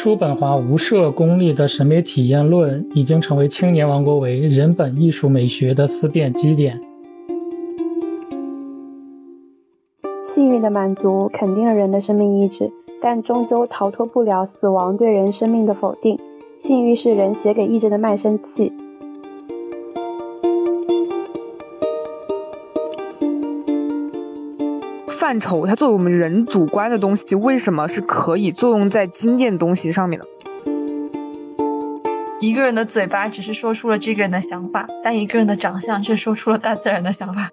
性欲的满足肯定了人的生命意志，但终究逃脱不了死亡对人生命的否定。性欲是人写给意志的卖身契。 范畴它作为我们人主观的东西，为什么是可以作用在经验东西上面的？ 一个人的嘴巴只是说出了这个人的想法，但一个人的长相却说出了大自然的想法。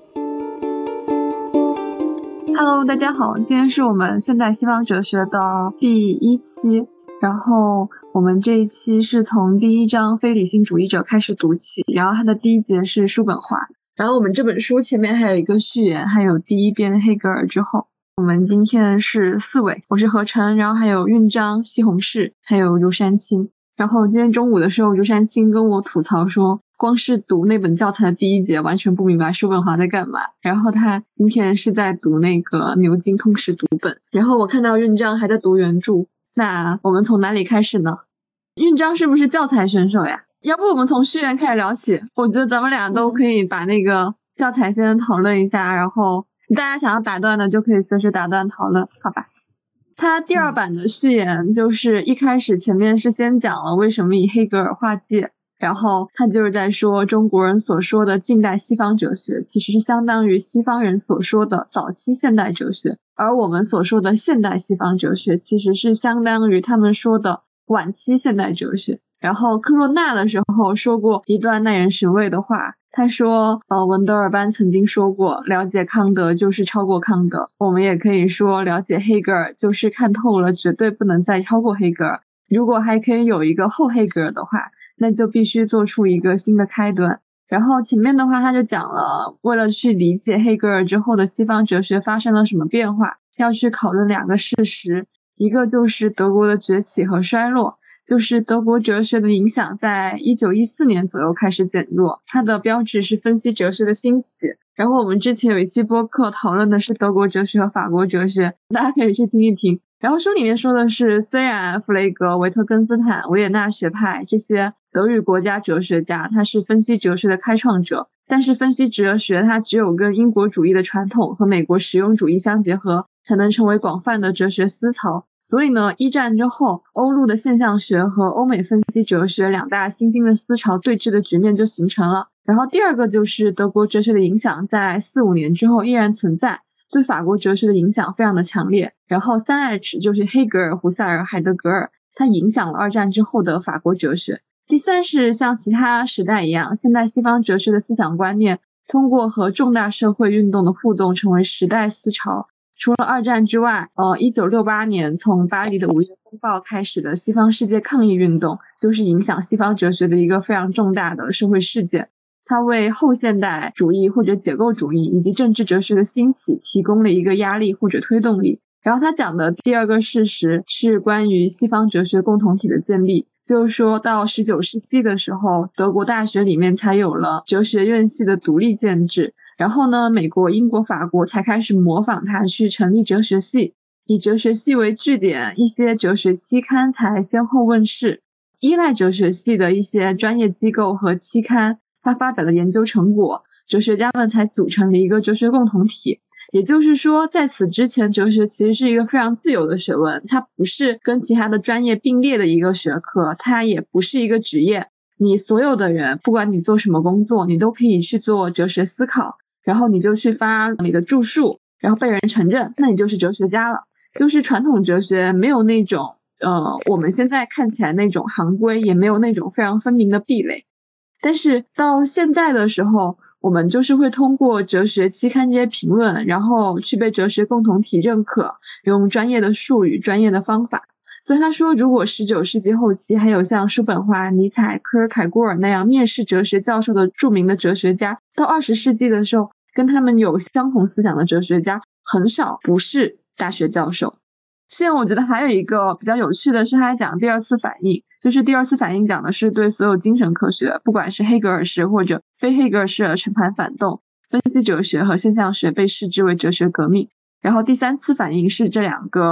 Hello， 大家好，今天是我们现代西方哲学的第1期，然后我们这一期是从第1章非理性主义者开始读起，然后它的第1节是叔本华，然后我们这本书前面还有一个序言，还有第1编黑格尔之后。我们今天是4位，我是何晨，然后还有韵章、西红柿，还有如山青。然后今天中午的时候，如山青跟我吐槽说，光是读那本教材的第1节完全不明白叔本华在干嘛，然后他今天是在读那个牛津通识读本，然后我看到韵章还在读原著。那我们从哪里开始呢？韵章是不是教材选手呀？要不我们从序言开始聊起，我觉得咱们俩都可以把那个教材先讨论一下，然后大家想要打断的就可以随时打断讨论，好吧？他第2版的序言就是一开始前面是先讲了为什么以黑格尔划界，然后他就是在说中国人所说的近代西方哲学其实是相当于西方人所说的早期现代哲学，而我们所说的现代西方哲学其实是相当于他们说的晚期现代哲学。然后克若纳的时候说过一段耐人寻味的话，他说文德尔班曾经说过，了解康德就是超过康德，我们也可以说了解黑格尔就是看透了绝对不能再超过黑格尔，如果还可以有一个后黑格尔的话，那就必须做出一个新的开端。然后前面的话他就讲了，为了去理解黑格尔之后的西方哲学发生了什么变化，要去讨论2个事实，一个就是德国的崛起和衰落，就是德国哲学的影响在1914年左右开始减弱，它的标志是分析哲学的兴起。然后我们之前有一期播客讨论的是德国哲学和法国哲学，大家可以去听一听。然后书里面说的是，虽然弗雷格、维特根斯坦、维也纳学派这些德语国家哲学家他是分析哲学的开创者，但是分析哲学它只有跟英国主义的传统和美国实用主义相结合，才能成为广泛的哲学思潮。所以呢，1战之后，欧陆的现象学和欧美分析哲学2大新兴的思潮对峙的局面就形成了。然后第2个就是德国哲学的影响在4-5年之后依然存在，对法国哲学的影响非常的强烈。然后3H 就是黑格尔、胡塞尔、海德格尔，它影响了2战之后的法国哲学。第3是像其他时代一样，现代西方哲学的思想观念通过和重大社会运动的互动成为时代思潮。除了2战之外，1968年从巴黎的5月风暴开始的西方世界抗议运动，就是影响西方哲学的一个非常重大的社会事件。它为后现代主义或者解构主义以及政治哲学的兴起提供了一个压力或者推动力。然后他讲的第2个事实是关于西方哲学共同体的建立，就是说到19世纪的时候，德国大学里面才有了哲学院系的独立建制。然后呢，美国、英国、法国才开始模仿它去成立哲学系，以哲学系为据点，一些哲学期刊才先后问世。依赖哲学系的一些专业机构和期刊，它发表的研究成果，哲学家们才组成了一个哲学共同体。也就是说，在此之前，哲学其实是一个非常自由的学问，它不是跟其他的专业并列的一个学科，它也不是一个职业。你所有的人，不管你做什么工作，你都可以去做哲学思考，然后你就去发你的著述，然后被人承认，那你就是哲学家了。就是传统哲学没有那种我们现在看起来那种行规，也没有那种非常分明的壁垒。但是到现在的时候，我们就是会通过哲学期刊这些评论，然后去被哲学共同体认可，用专业的术语、专业的方法。所以他说，如果19世纪后期还有像叔本华、尼采、科尔凯郭尔那样面试哲学教授的著名的哲学家，到20世纪的时候，跟他们有相同思想的哲学家很少不是大学教授。现在我觉得还有一个比较有趣的是，他讲第2次反应，就是第2次反应讲的是对所有精神科学，不管是黑格尔式或者非黑格尔式的全盘反动，分析哲学和现象学被视之为哲学革命。然后第3次反应是这2个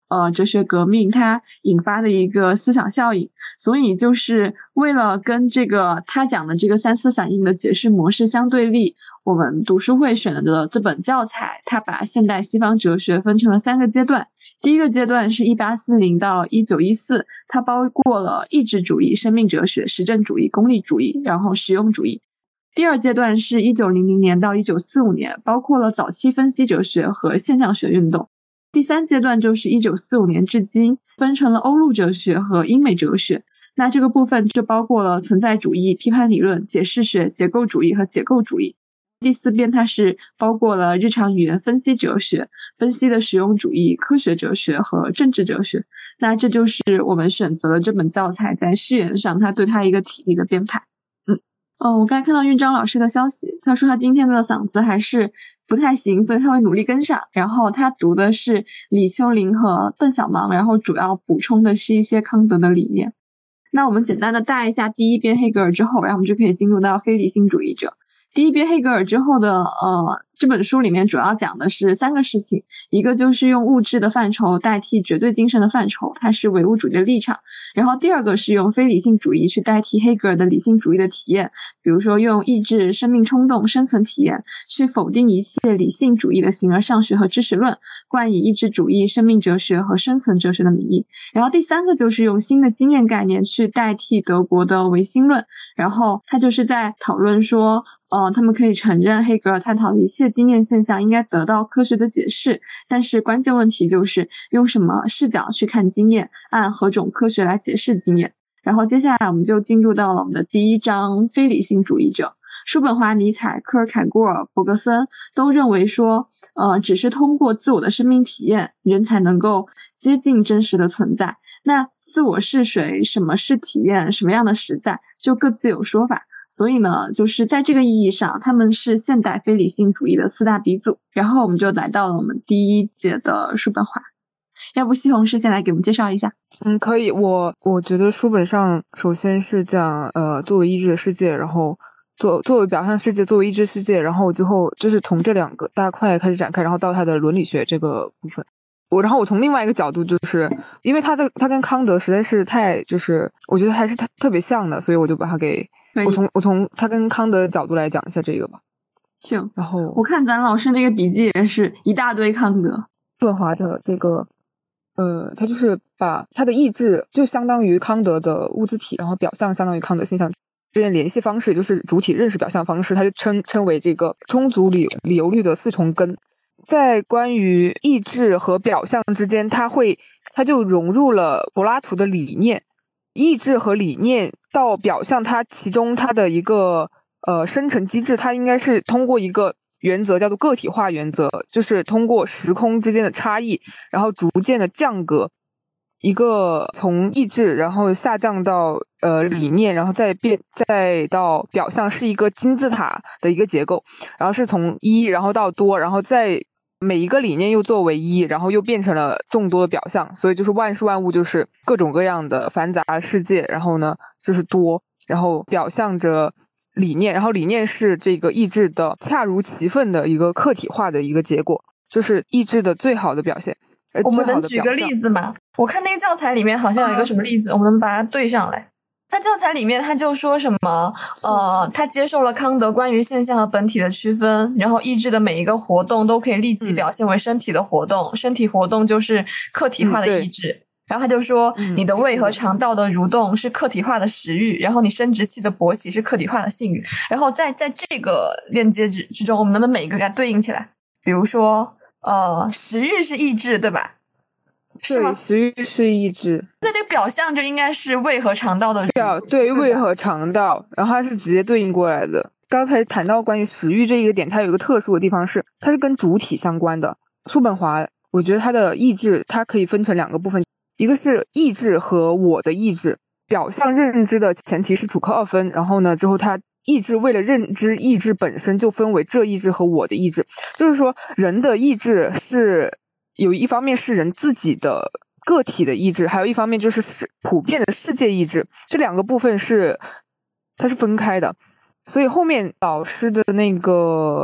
哲学革命它引发的一个思想效应。所以就是为了跟这个他讲的这个三次反应的解释模式相对立，我们读书会选的这本教材，它把现代西方哲学分成了3个阶段。第一个阶段是1840到1914，它包括了意志主义、生命哲学、实证主义、功利主义，然后实用主义。第二阶段是1900年到1945年，包括了早期分析哲学和现象学运动。第三阶段就是1945年至今，分成了欧陆哲学和英美哲学。那这个部分就包括了存在主义、批判理论、解释学、结构主义和解构主义。第4边它是包括了日常语言分析哲学、分析的实用主义、科学哲学和政治哲学。那这就是我们选择了这本教材在序言上它对它一个体例的编排。我刚才看到韵章老师的消息，他说他今天的嗓子还是不太行，所以他会努力跟上。然后他读的是李秋林和邓小芒，然后主要补充的是一些康德的理念。那我们简单的带一下第一篇黑格尔之后，然后我们就可以进入到非理性主义者。第一篇黑格尔之后的这本书里面主要讲的是3个事情，一个就是用物质的范畴代替绝对精神的范畴，它是唯物主义的立场。然后第二个是用非理性主义去代替黑格尔的理性主义的体验，比如说用意志、生命冲动、生存体验去否定一切理性主义的形而上学和知识论，冠以意志主义、生命哲学和生存哲学的名义。然后第3个就是用新的经验概念去代替德国的唯心论，然后他就是在讨论说他们可以承认黑格尔探讨一切经验现象应该得到科学的解释，但是关键问题就是用什么视角去看经验，按何种科学来解释经验。然后接下来我们就进入到了我们的第一章非理性主义者。叔本华、尼采、科尔凯郭尔、伯格森都认为说只是通过自我的生命体验，人才能够接近真实的存在。那自我是谁，什么是体验，什么样的实在，就各自有说法。所以呢，就是在这个意义上，他们是现代非理性主义的4大鼻祖。然后我们就来到了我们第一节的叔本华。要不西红柿先来给我们介绍一下？ 可以。我觉得书本上首先是讲作为意志的世界，然后作为表象世界，作为意志世界，然后之后就是从这2个大块开始展开，然后到它的伦理学这个部分。然后我从另外一个角度，就是因为他跟康德实在是太，就是我觉得还是特别像的，所以我就把它给我从他跟康德的角度来讲一下这个吧。 行。 然后我看咱老师那个笔记也是一大堆康德。 叔本华的这个他就是把他的意志就相当于康德的物自体，然后表象相当于康德现象之间联系方式，就是主体认识表象方式，他就称为这个充足理由律的4重根。在关于意志和表象之间，他就融入了柏拉图的理念，意志和理念到表象，它其中它的一个生成机制，它应该是通过一个原则叫做个体化原则，就是通过时空之间的差异，然后逐渐的降格，一个从意志然后下降到理念，然后再到表象，是一个金字塔的一个结构，然后是从一然后到多，然后再每一个理念又作为一，然后又变成了众多的表象，所以就是万事万物就是各种各样的繁杂世界，然后呢就是多，然后表象着理念，然后理念是这个意志的恰如其分的一个客体化的一个结果，就是意志的最好的表现。 我们能举个例子吗？我看那个教材里面好像有一个什么例子，我们能把它对上来。他教材里面他就说什么他接受了康德关于现象和本体的区分，然后意志的每一个活动都可以立即表现为身体的活动，身体活动就是客体化的意志。然后他就说你的胃和肠道的蠕动是客体化的食欲，然后你生殖器的勃起是客体化的性欲。然后在这个链接之中，我们能不能每一个给它对应起来？比如说食欲是意志，对吧？ 对，食欲是意志。 那这个表象就应该是胃和肠道的对，胃和肠道，然后它是直接对应过来的。刚才谈到关于食欲这一个点，它有一个特殊的地方是，它是跟主体相关的。叔本华，我觉得他的意志它可以分成2个部分，一个是意志和我的意志。表象认知的前提是主客2分，然后呢之后它意志为了认知意志本身就分为这意志和我的意志，就是说人的意志是有一方面是人自己的个体的意志，还有一方面就是普遍的世界意志，这2个部分它是分开的。所以后面老师的那个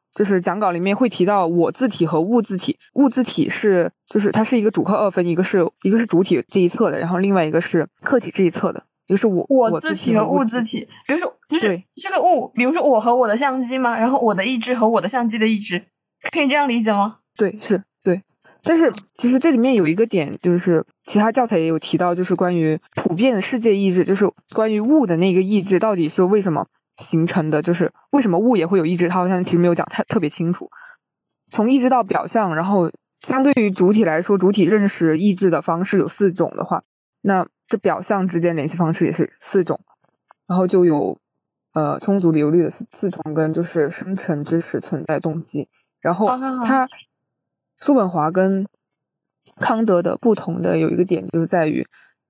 就是讲稿里面会提到我字体和物字体。物字体是就是它是一个主客二分，一个是主体这一侧的，然后另外一个是客体这一侧的，一个是我字体和物字体。比如说就是这个物，比如说我和我的相机嘛，然后我的意志和我的相机的意志，可以这样理解吗？ 对，是对。但是其实这里面有一个点，就是其他教材也有提到，就是关于普遍的世界意志，就是关于物的那个意志到底是为什么形成的，就是为什么物也会有意志，它好像其实没有讲特别清楚。从意志到表象，然后相对于主体来说，主体认识意志的方式有4种的话，那这表象之间联系方式也是4种，然后就有充足流利的四重根，就是生成、知识、存在、动机。然后叔本华跟康德的不同的有一个点就是在于，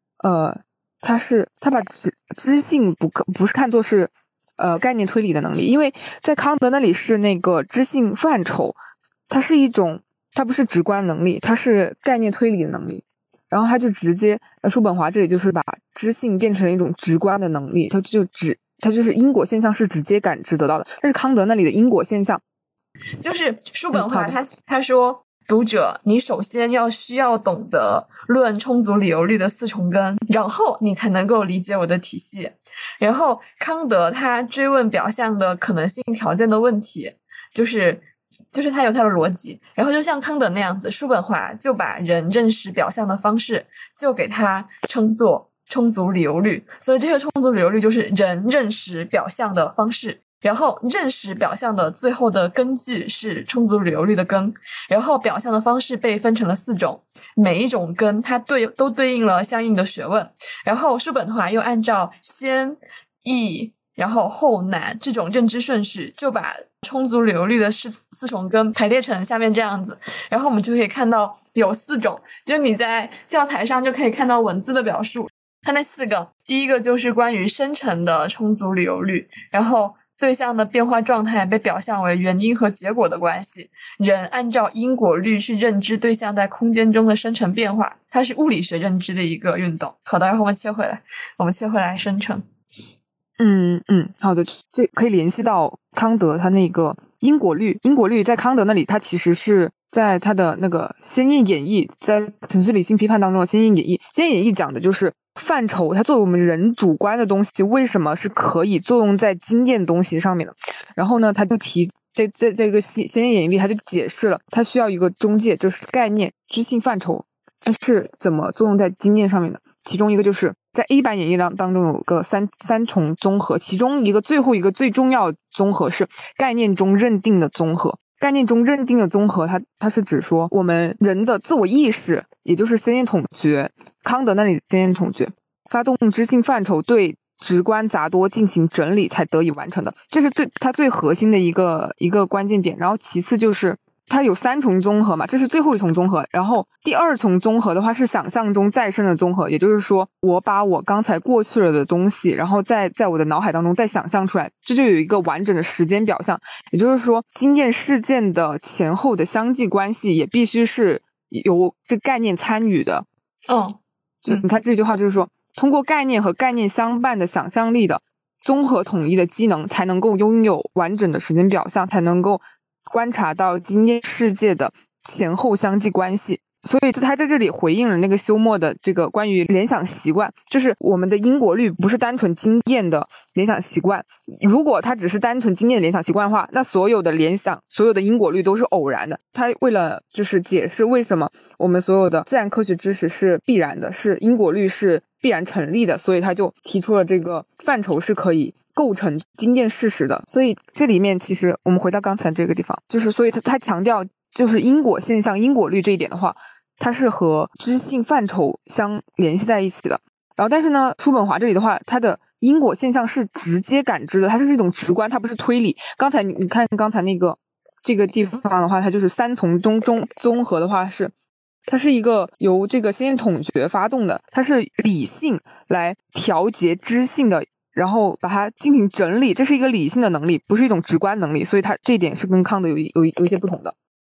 他把知性不是看作是概念推理的能力，因为在康德那里是那个知性范畴，它是一种，它不是直观能力，它是概念推理的能力。然后他就直接叔本华这里就是把知性变成了一种直观的能力，它就是因果现象是直接感知得到的，但是康德那里的因果现象就是叔本华他说，读者你首先需要懂得论充足理由律的4重根，然后你才能够理解我的体系。然后康德他追问表象的可能性条件的问题，就是他有他的逻辑，然后就像康德那样子，叔本华就把人认识表象的方式就给他称作充足理由律，所以这个充足理由律就是人认识表象的方式。然后认识表象的最后的根据是充足理由律的根，然后表象的方式被分成了4种，每一种根它都对应了相应的学问，然后叔本华又按照先易然后后难这种认知顺序，就把充足理由律的4重根排列成下面这样子，然后我们就可以看到有4种，就是你在教材上就可以看到文字的表述，它那4个，第一个就是关于生成的充足理由律，然后对象的变化状态被表象为原因和结果的关系，人按照因果律去认知对象在空间中的生成变化，它是物理学认知的一个运动。好的，然后我们切回来生成。 好的，这可以联系到康德他那个因果律。因果律在康德那里，它其实是在他的那个先验演绎，在程式理性批判当中的先验演绎。先验演绎讲的就是范畴，它作为我们人主观的东西，为什么是可以作用在经验东西上面的？然后呢，他就提这个先验演绎，他就解释了，它需要一个中介，就是概念、知性范畴，它是怎么作用在经验上面的。其中一个就是在 A 版演绎当中有个三重综合，其中最后一个最重要的综合是概念中认定的综合。概念中认定的综合，它是指说我们人的自我意识，也就是先验统觉，康德那里的先验统觉，发动知性范畴对直观杂多进行整理才得以完成的，这是它最核心的一个关键点。然后其次就是它有3重综合嘛，这是最后一重综合。然后第2重综合的话是想象中再生的综合，也就是说我把我刚才过去了的东西，然后在我的脑海当中再想象出来，这就有一个完整的时间表象。也就是说经验事件的前后的相继关系也必须是由这概念参与的。就你看这句话就是说，通过概念和概念相伴的想象力的综合统一的机能，才能够拥有完整的时间表象，才能够观察到经验世界的前后相继关系。所以他在这里回应了那个休谟的这个关于联想习惯，就是我们的因果律不是单纯经验的联想习惯，如果它只是单纯经验的联想习惯的话，那所有的联想，所有的因果律都是偶然的。他为了就是解释为什么我们所有的自然科学知识是必然的，是因果律是必然成立的，所以他就提出了这个范畴是可以构成经验事实的。所以这里面其实我们回到刚才这个地方，就是所以他强调就是因果现象因果律这一点的话，它是和知性范畴相联系在一起的。然后但是呢，叔本华这里的话，它的因果现象是直接感知的，它是一种直观，它不是推理。刚才你看刚才那个这个地方的话，它就是3重综合的话它是一个由这个先验统觉发动的，它是理性来调节知性的，然后把它进行整理，这是一个理性的能力，不是一种直观能力，所以它这一点是跟康德有一些不同的。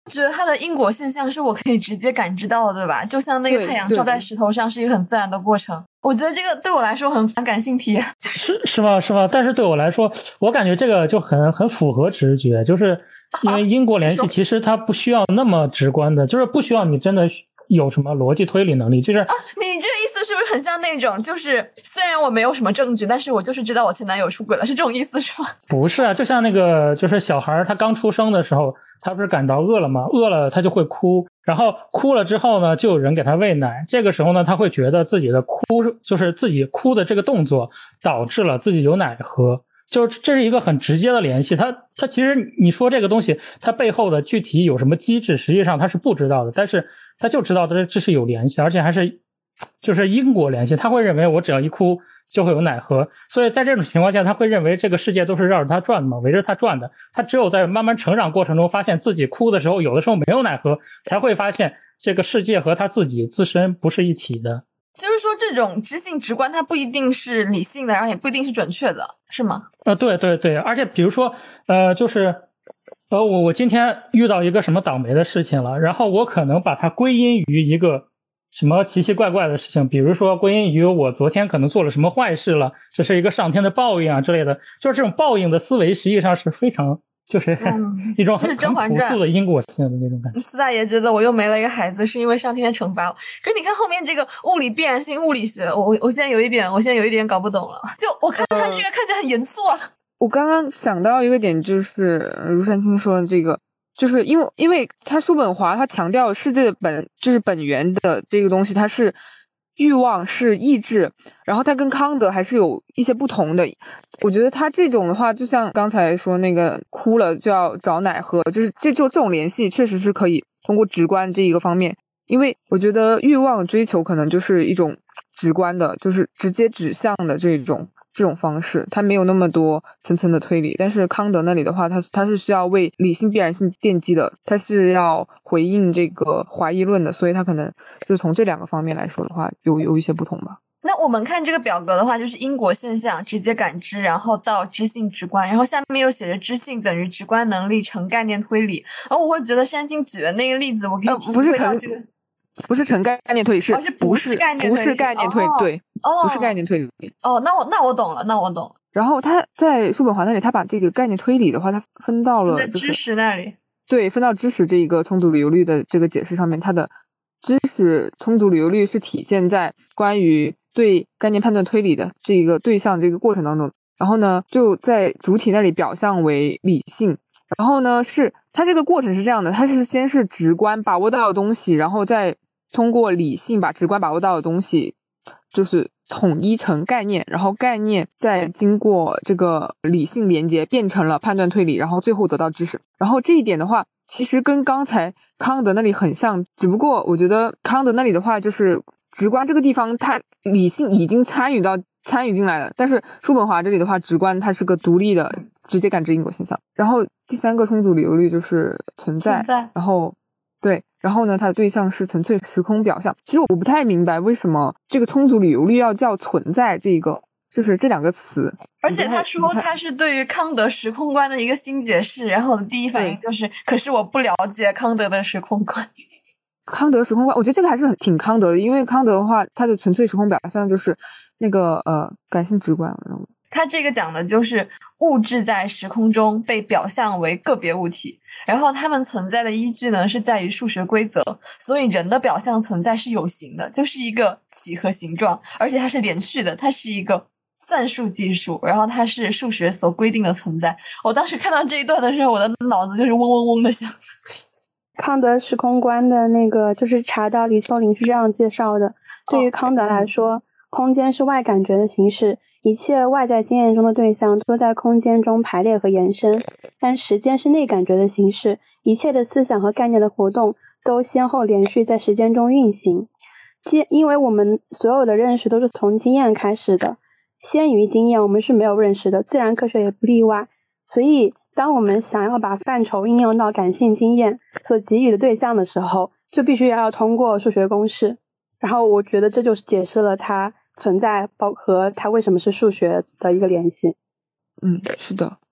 觉得它的因果现象是我可以直接感知到的，对吧？就像那个太阳照在石头上是一个很自然的过程。我觉得这个对我来说很反感性体， 是吗？但是对我来说，我感觉这个就很符合直觉，就是因为因果联系其实它不需要那么直观的，就是不需要你真的有什么逻辑推理能力，就是你这个意思是不是很像那种，就是虽然我没有什么证据，但是我就是知道我前男友出轨了，是这种意思是吗？ 不是啊，就像那个就是小孩他刚出生的时候，他不是感到饿了吗？饿了他就会哭，然后哭了之后呢，就有人给他喂奶，这个时候呢，他会觉得自己的哭就是自己哭的这个动作导致了自己有奶喝。就是这是一个很直接的联系，它其实你说这个东西它背后的具体有什么机制，实际上他是不知道的，但是他就知道这是有联系，而且还是就是因果联系，他会认为我只要一哭就会有奶喝，所以在这种情况下他会认为这个世界都是绕着他转的嘛，围着他转的，他只有在慢慢成长过程中发现自己哭的时候有的时候没有奶喝，才会发现这个世界和他自己自身不是一体的。 就是说这种知性直观它不一定是理性的，然后也不一定是准确的，是吗？ 对对对，而且比如说就是我今天遇到一个什么倒霉的事情了，然后我可能把它归因于一个什么奇奇怪怪的事情，比如说归因于我昨天可能做了什么坏事了，这是一个上天的报应啊之类的，就是这种报应的思维实际上是非常就是一种很朴素的因果性的那种感觉。 四大爷觉得我又没了一个孩子是因为上天的惩罚，可是你看后面这个物理必然性物理学，我现在有一点搞不懂了，就我看他这个看起来很严肃啊。 我刚刚想到一个点，就是如山青说的这个，就是因为他叔本华他强调世界的本源的这个东西，它是欲望是意志，然后它跟康德还是有一些不同的。我觉得他这种的话，就像刚才说那个哭了就要找奶喝，就是这种联系确实是可以通过直观这一个方面，因为我觉得欲望追求可能就是一种直观的，就是直接指向的这种方式，它没有那么多层层的推理。但是康德那里的话，它是需要为理性必然性奠基的，它是要回应这个怀疑论的，所以它可能就是从这两个方面来说的话，有一些不同吧。 那我们看这个表格的话，就是因果现象、直接感知，然后到知性直观，然后下面又写着知性等于直观能力乘概念推理。然后我会觉得山青举的那个例子，我可以不是乘概念推理，是不是概念推理？对，不是概念推理。 那我懂了。 然后他在叔本华那里，他把这个概念推理的话，他分到了在知识那里。 对，分到知识这个充足理由律的这个解释上面，它的知识充足理由律是体现在关于对概念判断推理的这个对象这个过程当中。然后呢，就在主体那里表象为理性。然后呢，是它这个过程是这样的，它是先是直观把握到的东西，然后再通过理性把直观把握到的东西就是统一成概念，然后概念再经过这个理性连接变成了判断推理，然后最后得到知识。然后这一点的话其实跟刚才康德那里很像，只不过我觉得康德那里的话就是直观这个地方它理性已经参与进来了，但是叔本华这里的话直观它是个独立的直接感知因果现象。然后第三个充足理由律就是存在，然后对，然后呢它的对象是纯粹时空表象。其实我不太明白为什么这个充足理由律要叫存在，这个就是这两个词。 而且他说他是对于康德时空观的一个新解释，然后我的第一反应就是可是我不了解康德的时空观。 康德时空观我觉得这个还是挺康德的，因为康德的话它的纯粹时空表象就是那个感性直观。 他这个讲的就是物质在时空中被表象为个别物体，然后它们存在的依据呢是在于数学规则，所以人的表象存在是有形的，就是一个几何形状，而且它是连续的，它是一个算术技术，然后它是数学所规定的存在。我当时看到这一段的时候，我的脑子就是嗡嗡嗡的响。 康德时空观的那个就是查到李秋林是这样介绍的，对于康德来说，空间是外感觉的形式，一切外在经验中的对象都在空间中排列和延伸，但时间是内感觉的形式，一切的思想和概念的活动都先后连续在时间中运行。因为我们所有的认识都是从经验开始的，先于经验我们是没有认识的，自然科学也不例外。所以当我们想要把范畴应用到感性经验所给予的对象的时候，就必须要通过数学公式。然后我觉得这就是解释了它存在和它为什么是数学的一个联系。 是的。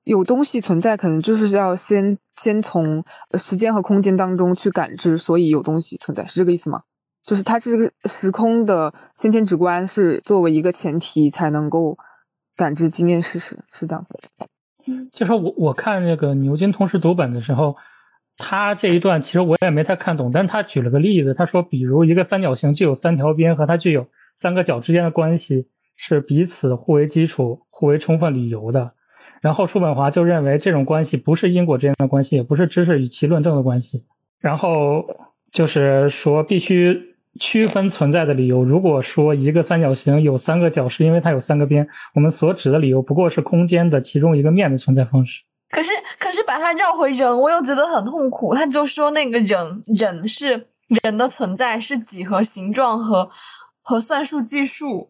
有东西存在，可能就是要先从时间和空间当中去感知，所以有东西存在，是这个意思吗？就是它这个时空的先天直观是作为一个前提才能够感知经验事实，是这样的。 就是我看那个牛津通识读本的时候，他这一段其实我也没太看懂，但是他举了个例子，他说比如一个三角形具有三条边和它具有三个角之间的关系是彼此互为基础、互为充分理由的。然后叔本华就认为这种关系不是因果之间的关系，也不是知识与其论证的关系。然后就是说必须区分存在的理由。如果说一个三角形有三个角是因为它有三个边，我们所指的理由不过是空间的其中一个面的存在方式。 可是把它绕回人，我又觉得很痛苦。他就说那个人是人的存在是几何形状和算术计数。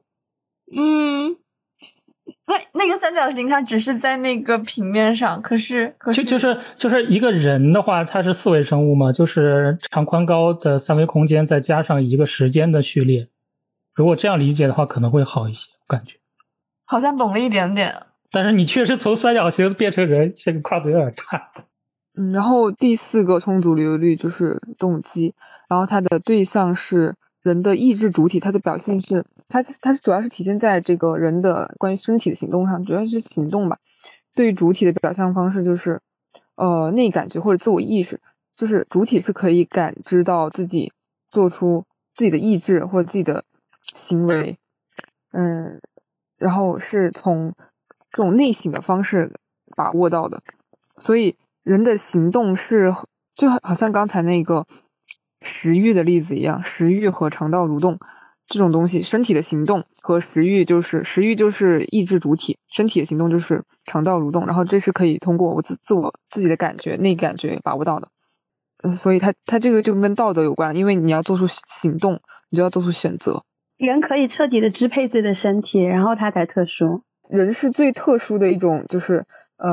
那个三角形它只是在那个平面上，可是就是一个人的话，它是四维生物嘛，就是长宽高的三维空间再加上一个时间的序列。如果这样理解的话，可能会好一些，我感觉。 好像懂了一点点。 但是你确实从三角形变成人，这个跨度有点大。 然后第四个充足理由律就是动机，然后它的对象是人的意志主体，它的表现是它主要是体现在这个人的关于身体的行动上，主要是行动吧。对于主体的表象方式就是内感觉或者自我意识，就是主体是可以感知到自己做出自己的意志或者自己的行为，然后是从这种内省的方式把握到的。所以人的行动是就好像刚才那个食欲的例子一样，食欲和肠道蠕动这种东西，身体的行动和食欲就是意志主体，身体的行动就是肠道蠕动，然后这是可以通过我自己的感觉内感觉把握到的。所以它这个就跟道德有关，因为你要做出行动，你就要做出选择。 人可以彻底的支配自己的身体，然后他才特殊。 人是最特殊的一种，就是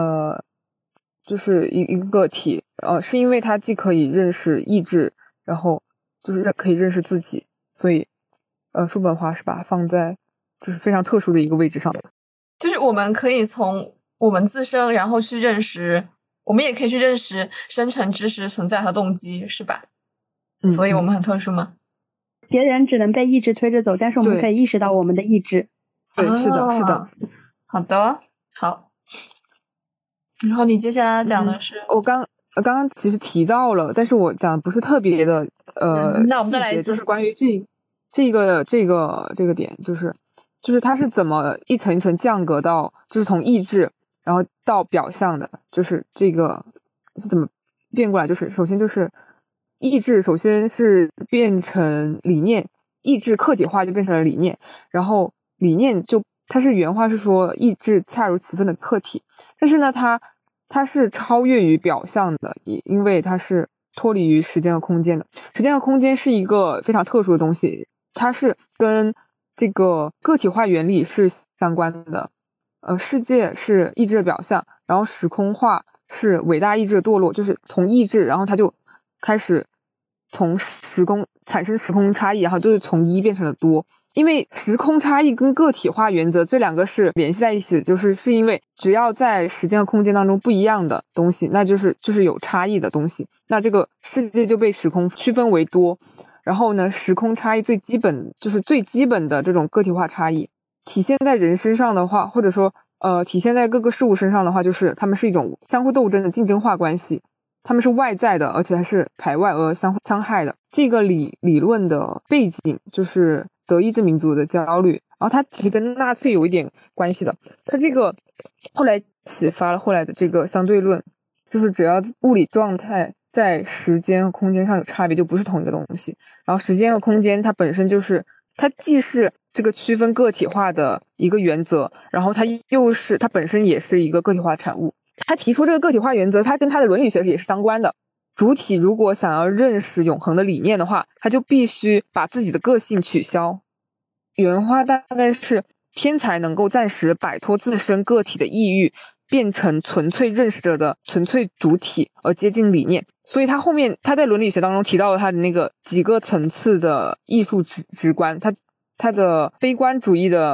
一个个体，是因为他既可以认识意志，然后就是可以认识自己，所以叔本华是把它放在就是非常特殊的一个位置上的。 就是我们可以从我们自身，然后去认识，我们也可以去认识深层知识存在和动机，是吧？所以我们很特殊吗？ 别人只能被意志推着走，但是我们可以意识到我们的意志。 对，是的，是的。 好的，好。然后你接下来讲的是， 我刚刚其实提到了，但是我讲的不是特别的那我们再来一次， 就是关于这个点，就是它是怎么一层一层降格到，就是从意志然后到表象的，就是这个是怎么变过来，就是首先就是意志首先是变成理念，意志客体化就变成了理念，然后理念就它是原话是说意志恰如其分的客体，但是呢它是超越于表象的，因为它是脱离于时间和空间的。时间和空间是一个非常特殊的东西，它是跟这个个体化原理是相关的。世界是意志的表象，然后时空化是伟大意志的堕落，就是从意志，然后它就开始从时空产生时空差异，然后就是从一变成了多。因为时空差异跟个体化原则这两个是联系在一起的，是因为只要在时间和空间当中不一样的东西，那就是有差异的东西，那这个世界就被时空区分为多。然后呢，时空差异最基本的这种个体化差异体现在人身上的话，或者说体现在各个事物身上的话，就是他们是一种相互斗争的竞争化关系，他们是外在的，而且还是排外而相互伤害的。这个理论的背景就是德意志民族的焦虑，然后它其实跟纳粹有一点关系的。它这个后来启发了后来的这个相对论，就是只要物理状态在时间和空间上有差别，就不是同一个东西。然后时间和空间它本身就是它既是这个区分个体化的一个原则，然后它本身也是一个个体化产物。他提出这个个体化原则，它跟他的伦理学也是相关的。主体如果想要认识永恒的理念的话，他就必须把自己的个性取消。原话大概是天才能够暂时摆脱自身个体的意欲，变成纯粹认识者的纯粹主体而接近理念。所以他后面他在伦理学当中提到了他的那个几个层次的艺术直观，他的悲观主义的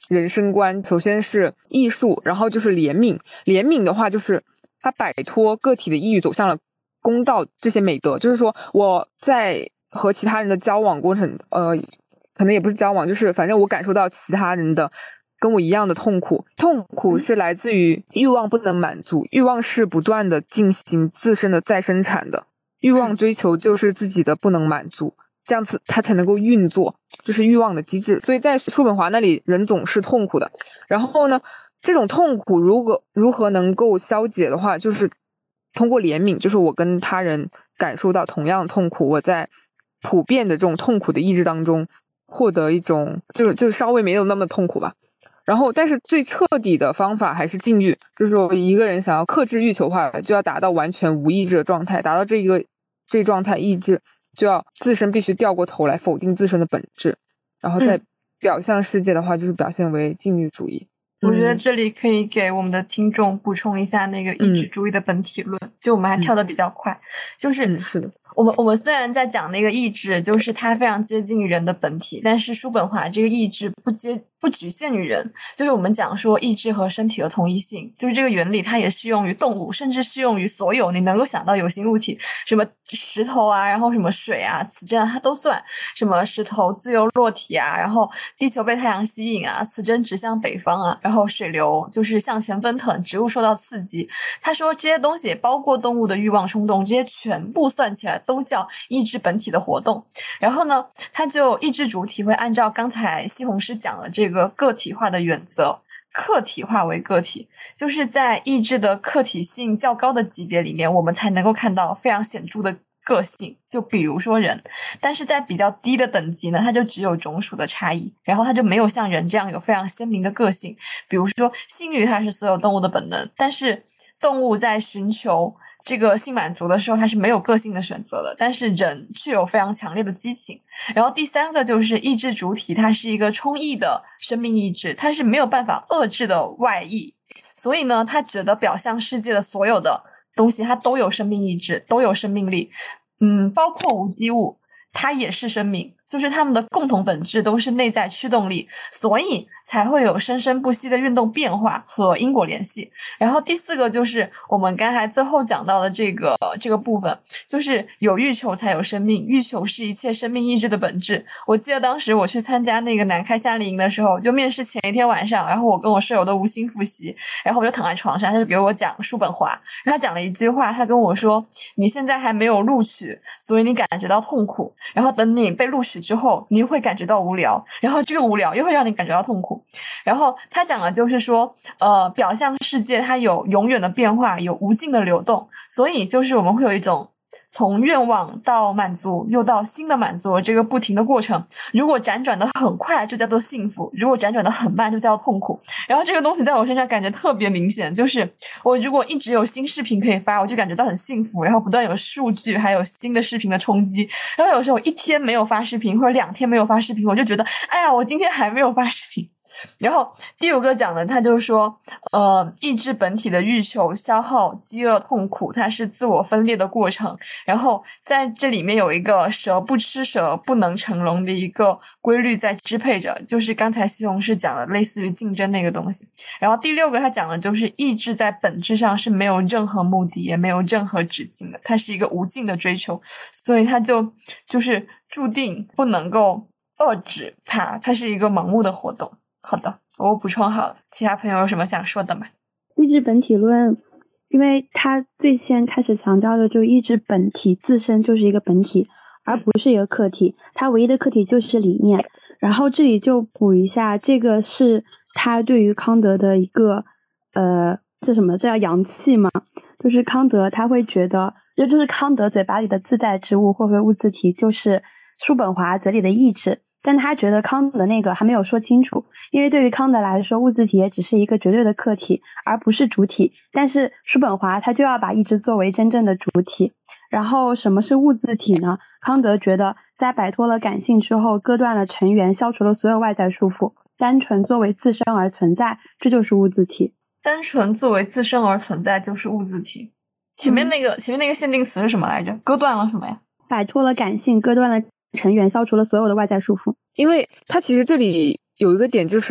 人生观，首先是艺术，然后就是怜悯。怜悯的话，就是他摆脱个体的抑郁，走向了公道这些美德。就是说我在和其他人的交往过程，可能也不是交往，就是反正我感受到其他人的跟我一样的痛苦。痛苦是来自于欲望不能满足，欲望是不断的进行自身的再生产的，欲望追求就是自己的不能满足，这样子它才能够运作，就是欲望的机制。所以在叔本华那里，人总是痛苦的。然后呢，这种痛苦如何能够消解的话，就是通过怜悯，就是我跟他人感受到同样的痛苦，我在普遍的这种痛苦的意志当中获得一种就稍微没有那么痛苦吧。然后但是最彻底的方法还是禁欲，就是说一个人想要克制欲求的话，就要达到完全无意志的状态，达到这状态，意志就要自身必须掉过头来否定自身的本质，然后在表象世界的话就是表现为禁欲主义。 我觉得这里可以给我们的听众补充一下那个意志主义的本体论，就我们还跳得比较快，就是是的， 我们虽然在讲那个意志，就是它非常接近于人的本体，但是叔本华这个意志不局限于人，就是我们讲说意志和身体的同一性，就是这个原理它也适用于动物，甚至适用于所有你能够想到有形物体，什么石头啊，然后什么水啊、磁振它都算，什么石头自由落体啊，然后地球被太阳吸引啊，磁针指向北方啊，然后水流就是向前奔腾，植物受到刺激。他说这些东西包括动物的欲望冲动，这些全部算起来都叫意志本体的活动。然后呢，他就意志主体会按照刚才西红柿讲的这个个体化的原则，客体化为个体，就是在意志的客体性较高的级别里面，我们才能够看到非常显著的个性，就比如说人。但是在比较低的等级呢，它就只有种属的差异，然后它就没有像人这样有非常鲜明的个性。比如说性欲它是所有动物的本能，但是动物在寻求这个性满足的时候，它是没有个性的选择的，但是人具有非常强烈的激情。然后第三个就是意志主体，它是一个充溢的生命意志，它是没有办法遏制的外溢，所以呢，它觉得表象世界的所有的东西它都有生命意志，都有生命力，包括无机物它也是生命，就是它们的共同本质都是内在驱动力，所以才会有生生不息的运动变化和因果联系。然后第四个就是我们刚才最后讲到的这个部分，就是有欲求才有生命，欲求是一切生命意志的本质。我记得当时我去参加那个南开夏令营的时候，就面试前一天晚上，然后我跟我舍友都无心复习，然后我就躺在床上，他就给我讲叔本华，然后他讲了一句话，他跟我说你现在还没有录取，所以你感觉到痛苦，然后等你被录取之后你会感觉到无聊，然后这个无聊又会让你感觉到痛苦。然后他讲的就是说表象世界它有永远的变化，有无尽的流动，所以就是我们会有一种从愿望到满足又到新的满足这个不停的过程。如果辗转的很快就叫做幸福，如果辗转的很慢就叫做痛苦。然后这个东西在我身上感觉特别明显，就是我如果一直有新视频可以发，我就感觉到很幸福，然后不断有数据还有新的视频的冲击。然后有时候一天没有发视频或者2天没有发视频，我就觉得哎呀我今天还没有发视频。然后第5个讲的他就是说意志本体的欲求、消耗、饥饿、痛苦，它是自我分裂的过程。然后在这里面有一个蛇不吃蛇不能成龙的一个规律在支配着，就是刚才西红柿讲的类似于竞争那个东西。然后第6个他讲的就是意志在本质上是没有任何目的也没有任何止境的，它是一个无尽的追求，所以它就是注定不能够遏制它是一个盲目的活动。好的，我补充好了，其他朋友有什么想说的吗？ 意志本体论，因为它最先开始强调的就是意志本体自身就是一个本体，而不是一个客体，它唯一的客体就是理念。然后这里就补一下，这个是他对于康德的一个这叫阳气嘛，就是康德他会觉得，就是康德嘴巴里的自在之物或者物自体就是叔本华嘴里的意志。但他觉得康德那个还没有说清楚，因为对于康德来说，物自体也只是一个绝对的客体，而不是主体。但是叔本华他就要把意志作为真正的主体。然后什么是物自体呢？康德觉得在摆脱了感性之后，割断了成缘，消除了所有外在束缚，单纯作为自身而存在，这就是物自体。 单纯作为自身而存在就是物自体。前面那个限定词是什么来着？割断了什么呀？ 摆脱了感性，割断了成缘，消除了所有的外在束缚。 因为它其实这里有一个点，就是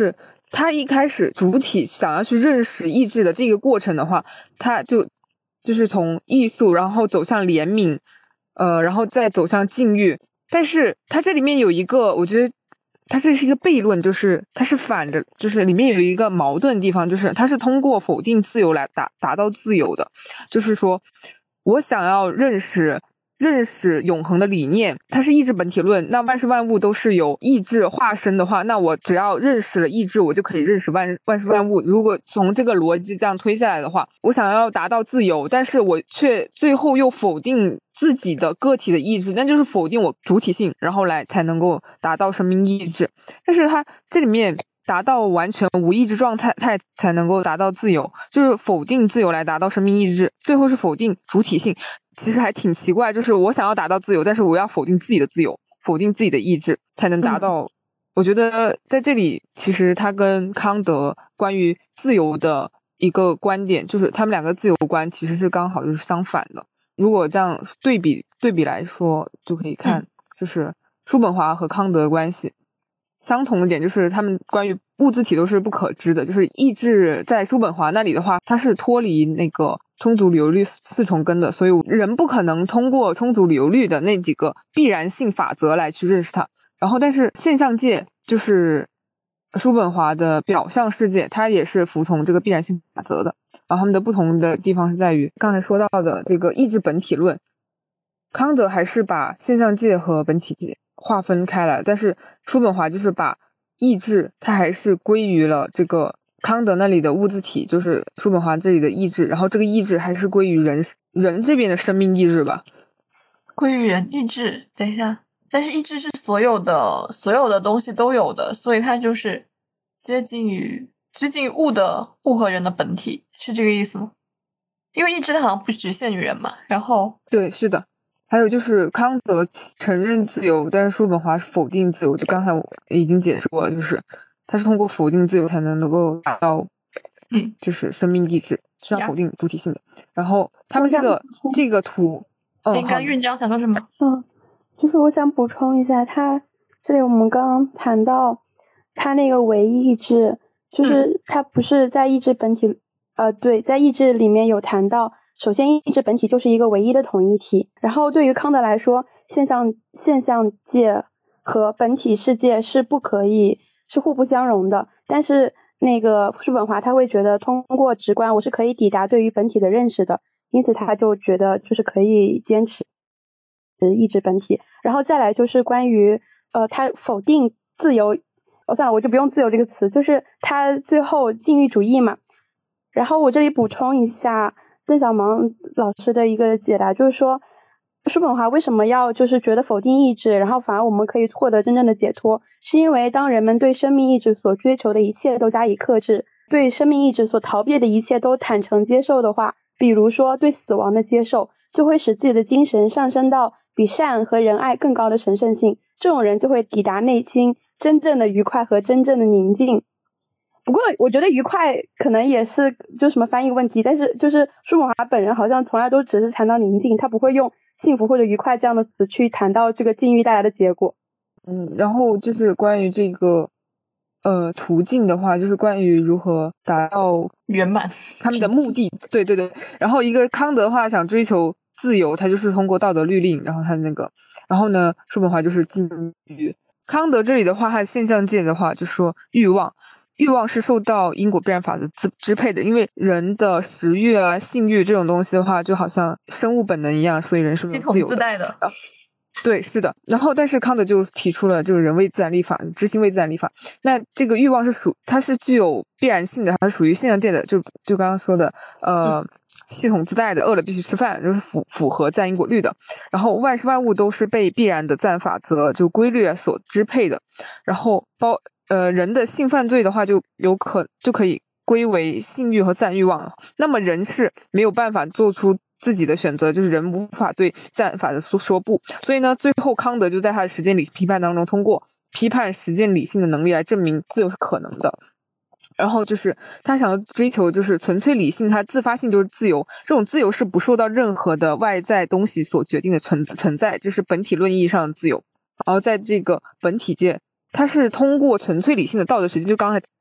他一开始主体想要去认识意志的这个过程的话，他就是从艺术然后走向怜悯，然后再走向禁欲。但是他这里面有一个，我觉得它这是一个悖论，就是它是反着，就是里面有一个矛盾的地方，就是它是通过否定自由来达到自由的。就是说我想要认识永恒的理念，它是意志本体论，那万事万物都是由意志化身的话，那我只要认识了意志，我就可以认识万事万物。如果从这个逻辑这样推下来的话，我想要达到自由，但是我却最后又否定自己的个体的意志，那就是否定我主体性，然后才能够达到生命意志。但是它这里面达到完全无意志状态才能够达到自由，就是否定自由来达到生命意志，最后是否定主体性。其实还挺奇怪，就是我想要达到自由，但是我要否定自己的自由，否定自己的意志，才能达到。我觉得在这里其实他跟康德关于自由的一个观点，就是他们两个自由观其实是刚好就是相反的。如果这样对比来说，就可以看就是叔本华和康德的关系。相同的点就是他们关于物自体都是不可知的，就是意志在叔本华那里的话，它是脱离那个充足理由律四重根的，所以人不可能通过充足理由律的那几个必然性法则来去认识它。然后但是现象界就是叔本华的表象世界，它也是服从这个必然性法则的。然后他们的不同的地方是在于刚才说到的这个意志本体论，康德还是把现象界和本体界划分开来，但是叔本华就是把意志它还是归于了这个康德那里的物自体，就是叔本华这里的意志，然后这个意志还是归于人这边的生命意志吧。 归于人意志，等一下，但是意志是所有的东西都有的，所以它就是接近于物和人的本体，是这个意思吗？因为意志它好像不局限于人嘛，然后对，是的。还有就是康德承认自由，但是叔本华是否定自由，就刚才我已经解释过了，就是他是通过否定自由才能够达到就是生命意志，是要否定主体性的。然后他们这个图应该韵章想说什么？ 就是我想补充一下，他这里我们刚刚谈到他那个唯一意志，就是他不是在意志本体对，在意志里面有谈到，首先意志本体就是一个唯一的统一体，然后对于康德来说，现象界和本体世界是互不相容的，但是那个叔本华他会觉得通过直观我是可以抵达对于本体的认识的，因此他就觉得就是可以坚持意志本体。然后再来就是关于他否定自由，算了，我就不用自由这个词，就是他最后禁欲主义嘛。然后我这里补充一下邓小芒老师的一个解答，就是说叔本华为什么要就是觉得否定意志，然后反而我们可以获得真正的解脱，是因为当人们对生命意志所追求的一切都加以克制，对生命意志所逃避的一切都坦诚接受的话，比如说对死亡的接受，就会使自己的精神上升到比善和仁爱更高的神圣性，这种人就会抵达内心真正的愉快和真正的宁静。不过我觉得愉快可能也是就什么翻译问题，但是就是叔本华本人好像从来都只是谈到宁静，他不会用幸福或者愉快这样的词去谈到这个禁欲带来的结果。 然后就是关于这个途径的话，就是关于如何达到圆满他们的目的。对。然后一个康德的话想追求自由，他就是通过道德律令，然后他那个，然后呢叔本华就是禁欲。康德这里的话，他的现象界的话就说欲望是受到因果必然法则支配的，因为人的食欲啊、性欲这种东西的话，就好像生物本能一样，所以人是没有自由的。 系统自带的。 对，是的。然后，但是康德就提出了就是人为自然立法，知心为自然立法。那这个欲望它是具有必然性的，它是属于现象界的，就刚刚说的系统自带的，饿了必须吃饭，就是符合自然因果律的。然后万事万物都是被必然的自然法则就规律所支配的。然后人的性犯罪的话就可以归为性欲和自然欲望了。那么人是没有办法做出自己的选择，就是人无法对自然法则说不。所以呢，最后康德就在他的实践理批判当中，通过批判实践理性的能力来证明自由是可能的。然后就是他想要追求就是纯粹理性，他自发性就是自由，这种自由是不受到任何的外在东西所决定的存在，就是本体论意义上的自由。然后在这个本体界，它是通过纯粹理性的道德实践，就刚才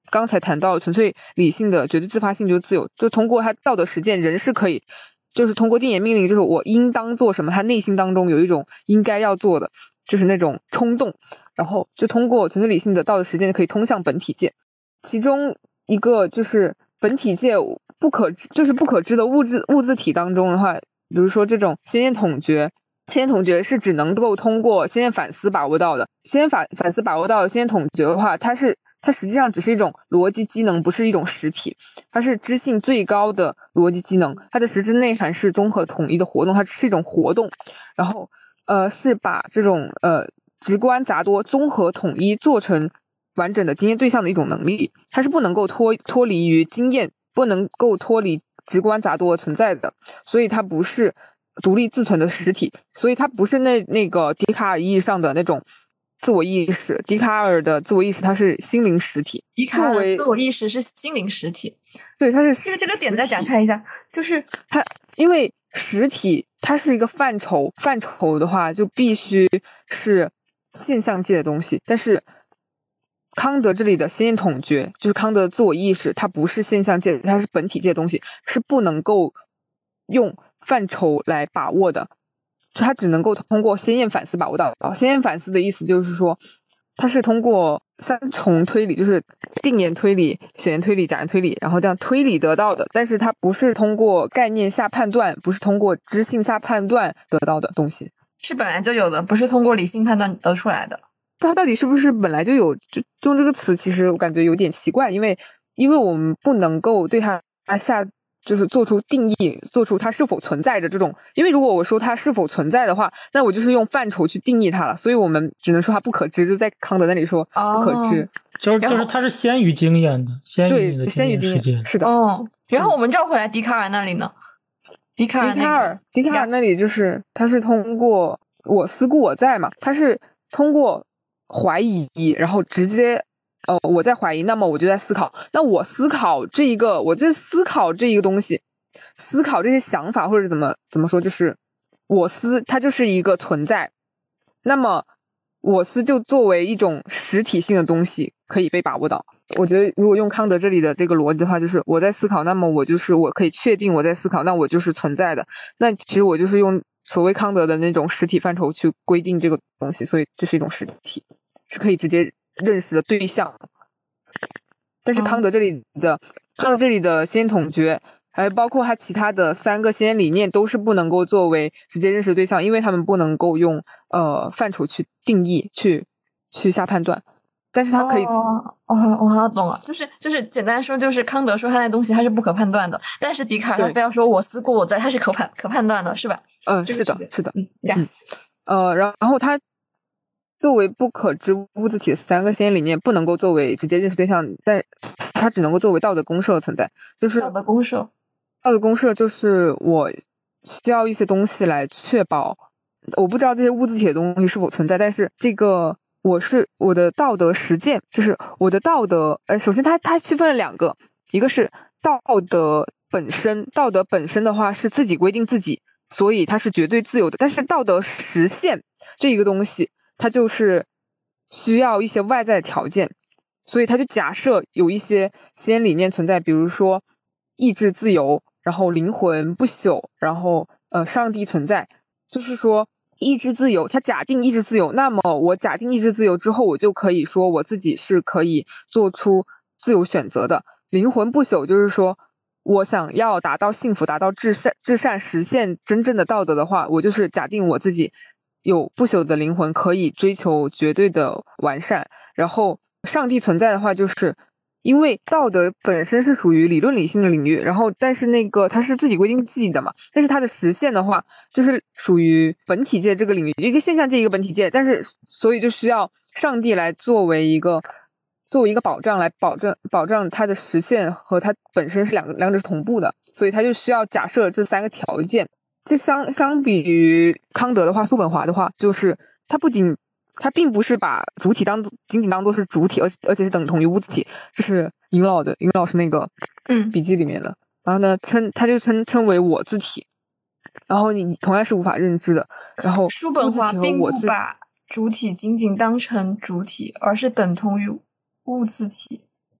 刚才谈到纯粹理性的绝对自发性就是自由，就通过他道德实践，人是可以就是通过定言命令，就是我应当做什么，他内心当中有一种应该要做的，就是那种冲动，然后就通过纯粹理性的道德实践可以通向本体界。其中一个就是本体界不可知的物质体当中的话，比如说这种先验统觉是只能够通过先验反思把握到的。先验反思把握到的先验统觉的话，它实际上只是一种逻辑机能，不是一种实体，它是知性最高的逻辑机能，它的实质内涵是综合统一的活动，它是一种活动，然后是把这种直观杂多综合统一做成完整的经验对象的一种能力，它是不能够脱离于经验，不能够脱离直观杂多存在的，所以它不是独立自存的实体，所以它不是那个笛卡尔意义上的那种自我意识。笛卡尔的自我意识它是心灵实体， 笛卡尔的自我意识是心灵实体。 对，它是这个点再展开一下，就是它因为实体它是一个范畴的话就必须是现象界的东西，但是康德这里的先验统觉就是康德的自我意识，它不是现象界，它是本体界的东西，是不能够用范畴来把握的，它只能够通过先验反思把握到。先验反思的意思就是说，它是通过三重推理，就是定言推理、选言推理、假言推理，然后这样推理得到的，但是它不是通过概念下判断，不是通过知性下判断得到的东西，是本来就有的，不是通过理性判断得出来的。 它到底是不是本来就有？就用这个词，其实我感觉有点奇怪，因为我们不能够对它下就是做出定义，做出它是否存在的这种。因为如果我说它是否存在的话，那我就是用范畴去定义它了，所以我们只能说它不可知。就在康德那里说不可知， 就是它是先于经验的，先于经验是的。 然后我们绕回来笛卡尔那里呢？笛卡尔那里就是它是通过我思故我在嘛，它是通过怀疑，然后直接我在怀疑，那么我就在思考。那我思考这一个，我在思考这一个东西，思考这些想法，或者怎么说，就是我思它就是一个存在。那么我思就作为一种实体性的东西可以被把握到。我觉得如果用康德这里的这个逻辑的话，就是我在思考，那么我可以确定我在思考，那我就是存在的。那其实我就是用所谓康德的那种实体范畴去规定这个东西，所以这是一种实体，是可以直接认识的对象。但是康德这里的先验统觉，还有包括他其他的3个先验理念，都是不能够作为直接认识的对象，因为他们不能够用范畴去定义去下判断。但是他可以我好像懂了，就是简单说，就是康德说他那东西他是不可判断的，但是笛卡尔他非要说我思故我在，他是可判断的，是吧？ 是的。然后他作为不可知物质体的3个先验理念不能够作为直接认识对象，但它只能够作为道德公设存在。就是道德公设就是我需要一些东西来确保，我不知道这些物质体的东西是否存在，但是这个我的道德实践，就是我的道德首先它区分了2个，一个是道德本身，道德本身的话是自己规定自己，所以它是绝对自由的。但是道德实现这一个东西，它就是需要一些外在的条件，所以它就假设有一些先验理念存在，比如说意志自由，然后灵魂不朽，然后上帝存在。就是说意志自由，它假定意志自由，那么我假定意志自由之后，我就可以说我自己是可以做出自由选择的。灵魂不朽就是说我想要达到幸福，达到至善，实现真正的道德的话，我就是假定我自己有不朽的灵魂，可以追求绝对的完善。然后上帝存在的话，就是因为道德本身是属于理论理性的领域，然后但是那个它是自己规定自己的嘛，但是它的实现的话就是属于本体界这个领域，一个现象界一个本体界，但是所以就需要上帝来作为一个保障，来保障它的实现和它本身是两者是同步的，所以它就需要假设这3个条件。这相比于康德的话，叔本华的话，就是它并不是把主体仅仅当作是主体，而且是等同于物质体，这是尹老师那个笔记里面的。然后呢，他就称为我自体，然后你同样是无法认知的。然后叔本华并不把主体仅仅当成主体，而是等同于物自体。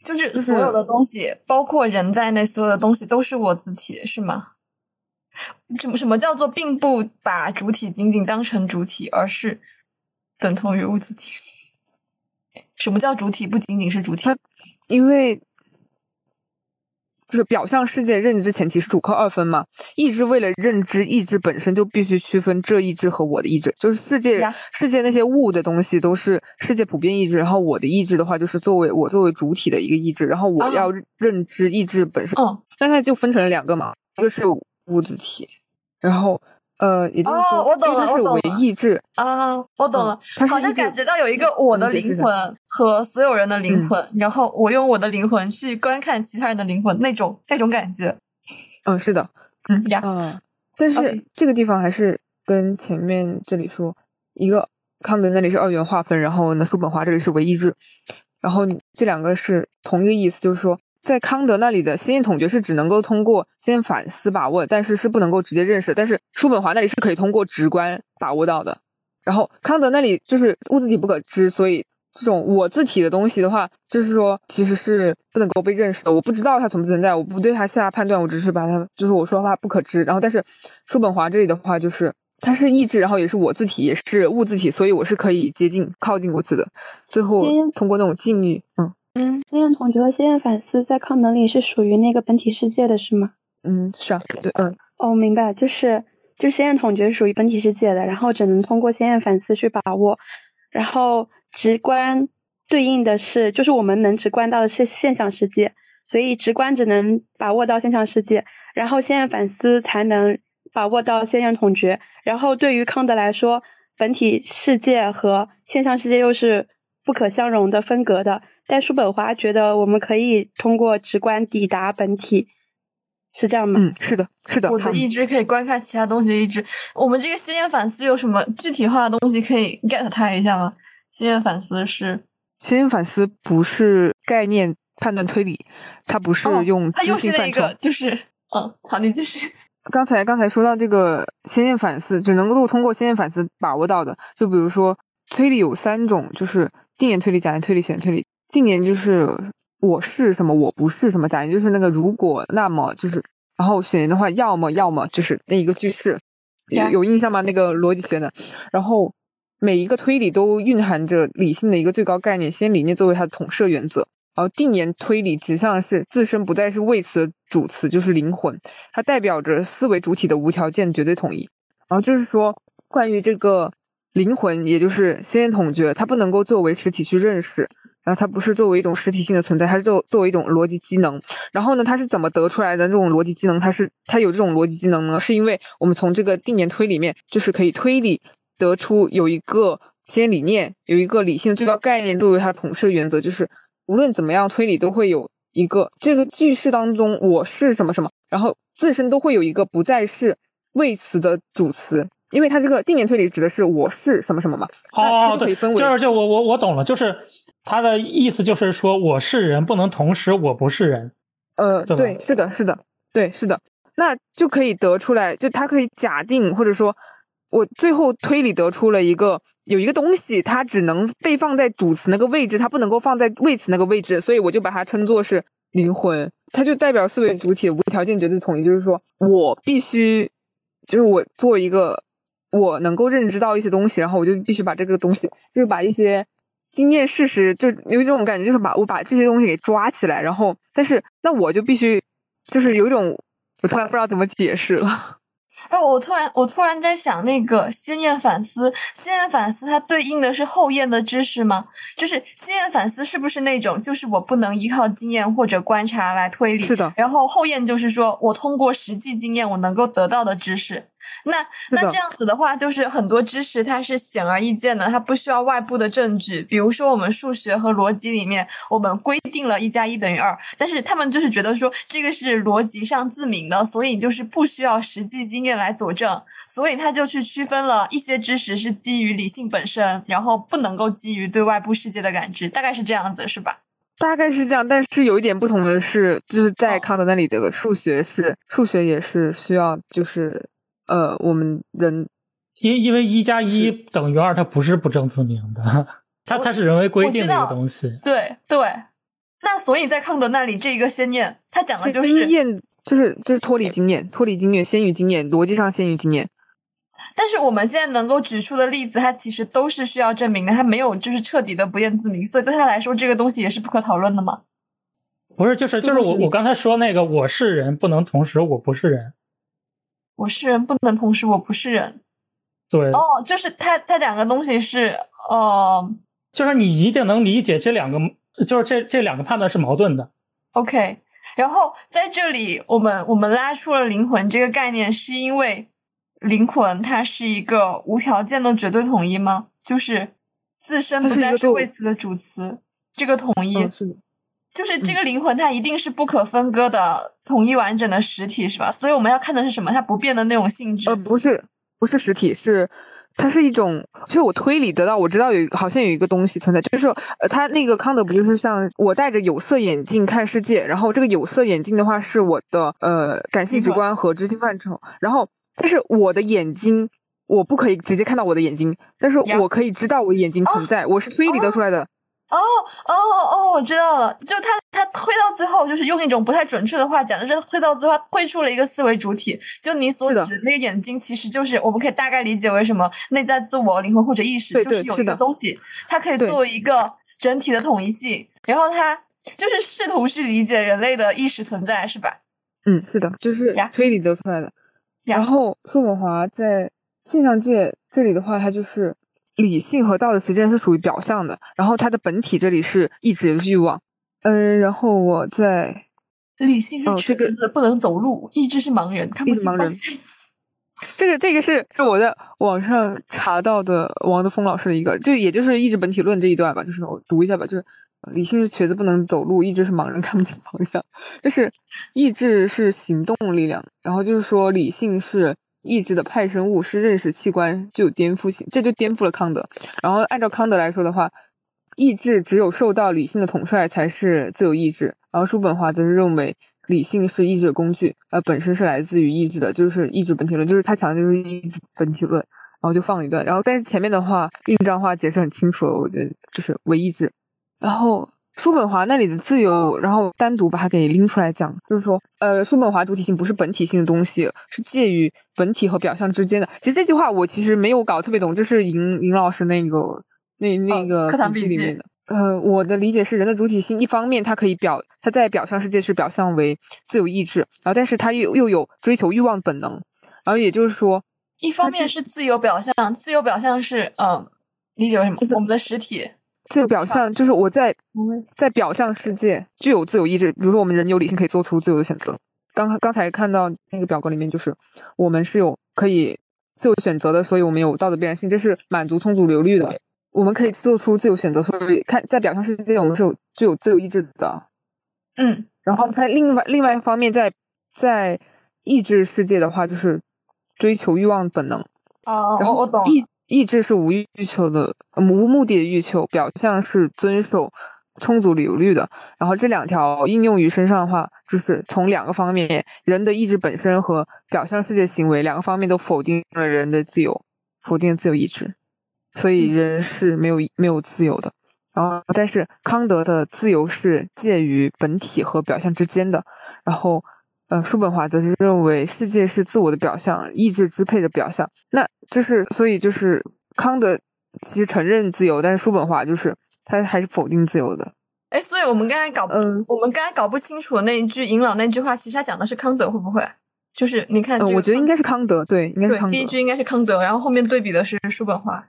就是所有的东西，包括人在内，所有的东西都是我自体，是吗？什么叫做并不把主体仅仅当成主体，而是等同于物自体？什么叫主体不仅仅是主体？ 因为就是表象世界认知前提是主客二分嘛，意志为了认知意志本身就必须区分这意志和我的意志，就是世界那些物的东西都是世界普遍意志，然后我的意志的话就是作为主体的一个意志，然后我要认知意志本身，但它就分成了两个嘛，一个是物自体，然后也就是说， 我懂了， 它是唯意志啊，我懂了，好像感觉到有一个我的灵魂和所有人的灵魂，然后我用我的灵魂去观看其他人的灵魂，那种感觉。 是的，但是这个地方还是跟前面这里说，一个康德那里是二元划分，然后呢叔本华这里是唯意志，然后这两个是同一个意思，就是说。在康德那里的先验统觉是只能够通过先验反思把握，但是不能够直接认识，但是叔本华那里是可以通过直观把握到的。然后康德那里就是物自体不可知，所以这种我自体的东西的话，就是说其实是不能够被认识的，我不知道它存不存在，我不对它下判断，我只是把它就是我说的话不可知。然后但是叔本华这里的话就是它是意志，然后也是我自体，也是物自体，所以我是可以靠近过去的，最后通过那种境遇先验统觉和先验反思在康德里是属于那个本体世界的是吗？ 是啊，对， 明白，就是先验统觉是属于本体世界的，然后只能通过先验反思去把握，然后直观对应的是，就是我们能直观到的是现象世界，所以直观只能把握到现象世界，然后先验反思才能把握到先验统觉，然后对于康德来说，本体世界和现象世界又是不可相容的分隔的。但叔本华觉得我们可以通过直观抵达本体，是这样吗？ 是的。 我的意志可以观看其他东西的意志。我们这个先验反思有什么具体化的东西可以 get 它一下吗？先验反思不是概念判断推理，它不是用知性范畴， 它又是那个就是好，你继续。 刚才说到这个先验反思只能够通过先验反思把握到的，就比如说推理有三种，就是定言推理、假言推理、显言推理。定言就是我是什么我不是什么，假言就是那个如果那么，就是然后显言的话要么就是那一个句式，有印象吗？那个逻辑学的。然后每一个推理都蕴含着理性的一个最高概念先理念作为它的统摄原则，然后定言推理指向的是自身不再是谓词的主词，就是灵魂，它代表着思维主体的无条件绝对统一。然后就是说关于这个灵魂，也就是先验统觉，它不能够作为实体去认识，然后它不是作为一种实体性的存在，它是作为一种逻辑机能。然后呢，它是怎么得出来的这种逻辑机能？它有这种逻辑机能呢，是因为我们从这个定言推里面，就是可以推理得出有一个先验理念，有一个理性的最高概念作为它统摄原则，就是无论怎么样推理都会有一个这个句式当中我是什么什么，然后自身都会有一个不再是谓词的主词，因为它这个定言推理指的是我是什么什么嘛。 对，就我懂了，就是他的意思就是说我是人不能同时我不是人。 对，是的，对，是的。那就可以得出来，就它可以假定，或者说我最后推理得出了有一个东西，它只能被放在主词那个位置，它不能够放在谓词那个位置，所以我就把它称作是灵魂。它就代表思维主体无条件绝对统一，就是说我必须，就是我做一个我能够认知到一些东西，然后我就必须把这个东西，就是把一些经验事实，就有一种感觉，就是我把这些东西给抓起来，然后但是那我就必须就是有一种我突然不知道怎么解释了。 我突然在想，那个先验反思它对应的是后验的知识吗？就是先验反思是不是那种就是我不能依靠经验或者观察来推理？ 是的。 然后后验就是说我通过实际经验我能够得到的知识。那这样子的话，就是很多知识它是显而易见的，它不需要外部的证据。比如说我们数学和逻辑里面，我们规定了1+1=2，但是他们就是觉得说这个是逻辑上自明的，所以就是不需要实际经验来佐证，所以他就去区分了一些知识是基于理性本身，然后不能够基于对外部世界的感知，大概是这样子，是吧？ 大概是这样，但是有一点不同的是，就是在康德那里的数学也是需要就是我们人因为1+1=2，它不是不证自明的，它是人为规定的一个东西。 对， 那所以在康德那里，这个先验，他讲的就是经验，这是脱离经验，脱离经验先于经验，逻辑上先于经验。 但是我们现在能够举出的例子，它其实都是需要证明的，它没有就是彻底的不验自明，所以对他来说，这个东西也是不可讨论的嘛。 不是，就是我刚才说那个我是人不能同时我不是人， 我是人不能同时我不是人。 对， 哦，就是它两个东西是就是你一定能理解这两个，就是这两个判断是矛盾的。 OK， 然后在这里我们拉出了灵魂这个概念，是因为灵魂它是一个无条件的绝对统一吗？就是自身不再是谓词的主词，这个统一， 是的， 就是这个灵魂它一定是不可分割的统一完整的实体，是吧？所以我们要看的是什么？它不变的那种性质。 不是实体，它是一种，就是我推理得到，我知道好像有一个东西存在，就是他那个康德不就是像我戴着有色眼镜看世界，然后这个有色眼镜的话是我的感性直观和知性范畴，然后但是我的眼睛我不可以直接看到我的眼睛，但是我可以知道我的眼睛存在，我是推理得出来的。 我知道了，就他推到最后，就是用一种不太准确的话讲，就是推到最后推出了一个思维主体，就你所指的那个眼睛，其实就是我们可以大概理解为什么内在自我、灵魂或者意识，就是有一个东西，它可以作为一个整体的统一性，然后它就是试图去理解人类的意识存在，是吧？ 是的，就是推理得出来的。然后叔本华在现象界这里的话，它就是理性和道德实践是属于表象的，然后它的本体这里是意志欲望。然后我在理性是这个不能走路，意志是盲人，看不清方向。 这个是我在网上查到的王德峰老师的一个，就也就是意志本体论这一段吧，就是我读一下吧，就是理性是瘸子不能走路，意志是盲人看不清方向，就是意志是行动力量，然后就是说理性是意志的派生物，是认识器官，就有颠覆性，这就颠覆了康德。然后按照康德来说的话，意志只有受到理性的统帅才是自由意志，然后叔本华则是认为理性是意志的工具，本身是来自于意志的，就是意志本体论，就是他讲的就是意志本体论，然后就放了一段，然后但是前面的话印章话解释很清楚了，我觉得就是唯意志。然后叔本华那里的自由，然后单独把它给拎出来讲，就是说叔本华主体性不是本体性的东西，是介于本体和表象之间的。其实这句话我其实没有搞特别懂，这是尹老师那个课堂笔记里面的。我的理解是，人的主体性一方面它可以它在表象世界是表象为自由意志，然后但是它又有追求欲望本能，然后也就是说， 一方面是自由表象，自由表象是理解为什么？我们的实体。 自由表象就是我在表象世界具有自由意志，比如说我们人有理性可以做出自由的选择。刚才看到那个表格里面，就是我们是有可以自由选择的，所以我们有道德必然性，这是满足充足流律的。我们可以做出自由选择，所以在表象世界我们是具有自由意志的。然后在另外一方面，在意志世界的话，就是追求欲望本能。然后我懂。 意志是无欲求的，无目的的欲求，表象是遵守充足流律的。然后这两条应用于身上的话，就是从两个方面，人的意志本身和表象世界行为两个方面都否定了人的自由，否定了自由意志，所以人是没有自由的。然后但是康德的自由是介于本体和表象之间的。然后叔本华则是认为世界是自我的表象，意志支配的表象。那所以就是康德其实承认自由，但是叔本华就是他还是否定自由的。 所以我们刚才搞不清楚的那一句尹老那句话，其实他讲的是康德，会不会？就是你看， 我觉得应该是康德，对，应该是康德。 第一句应该是康德，然后后面对比的是叔本华。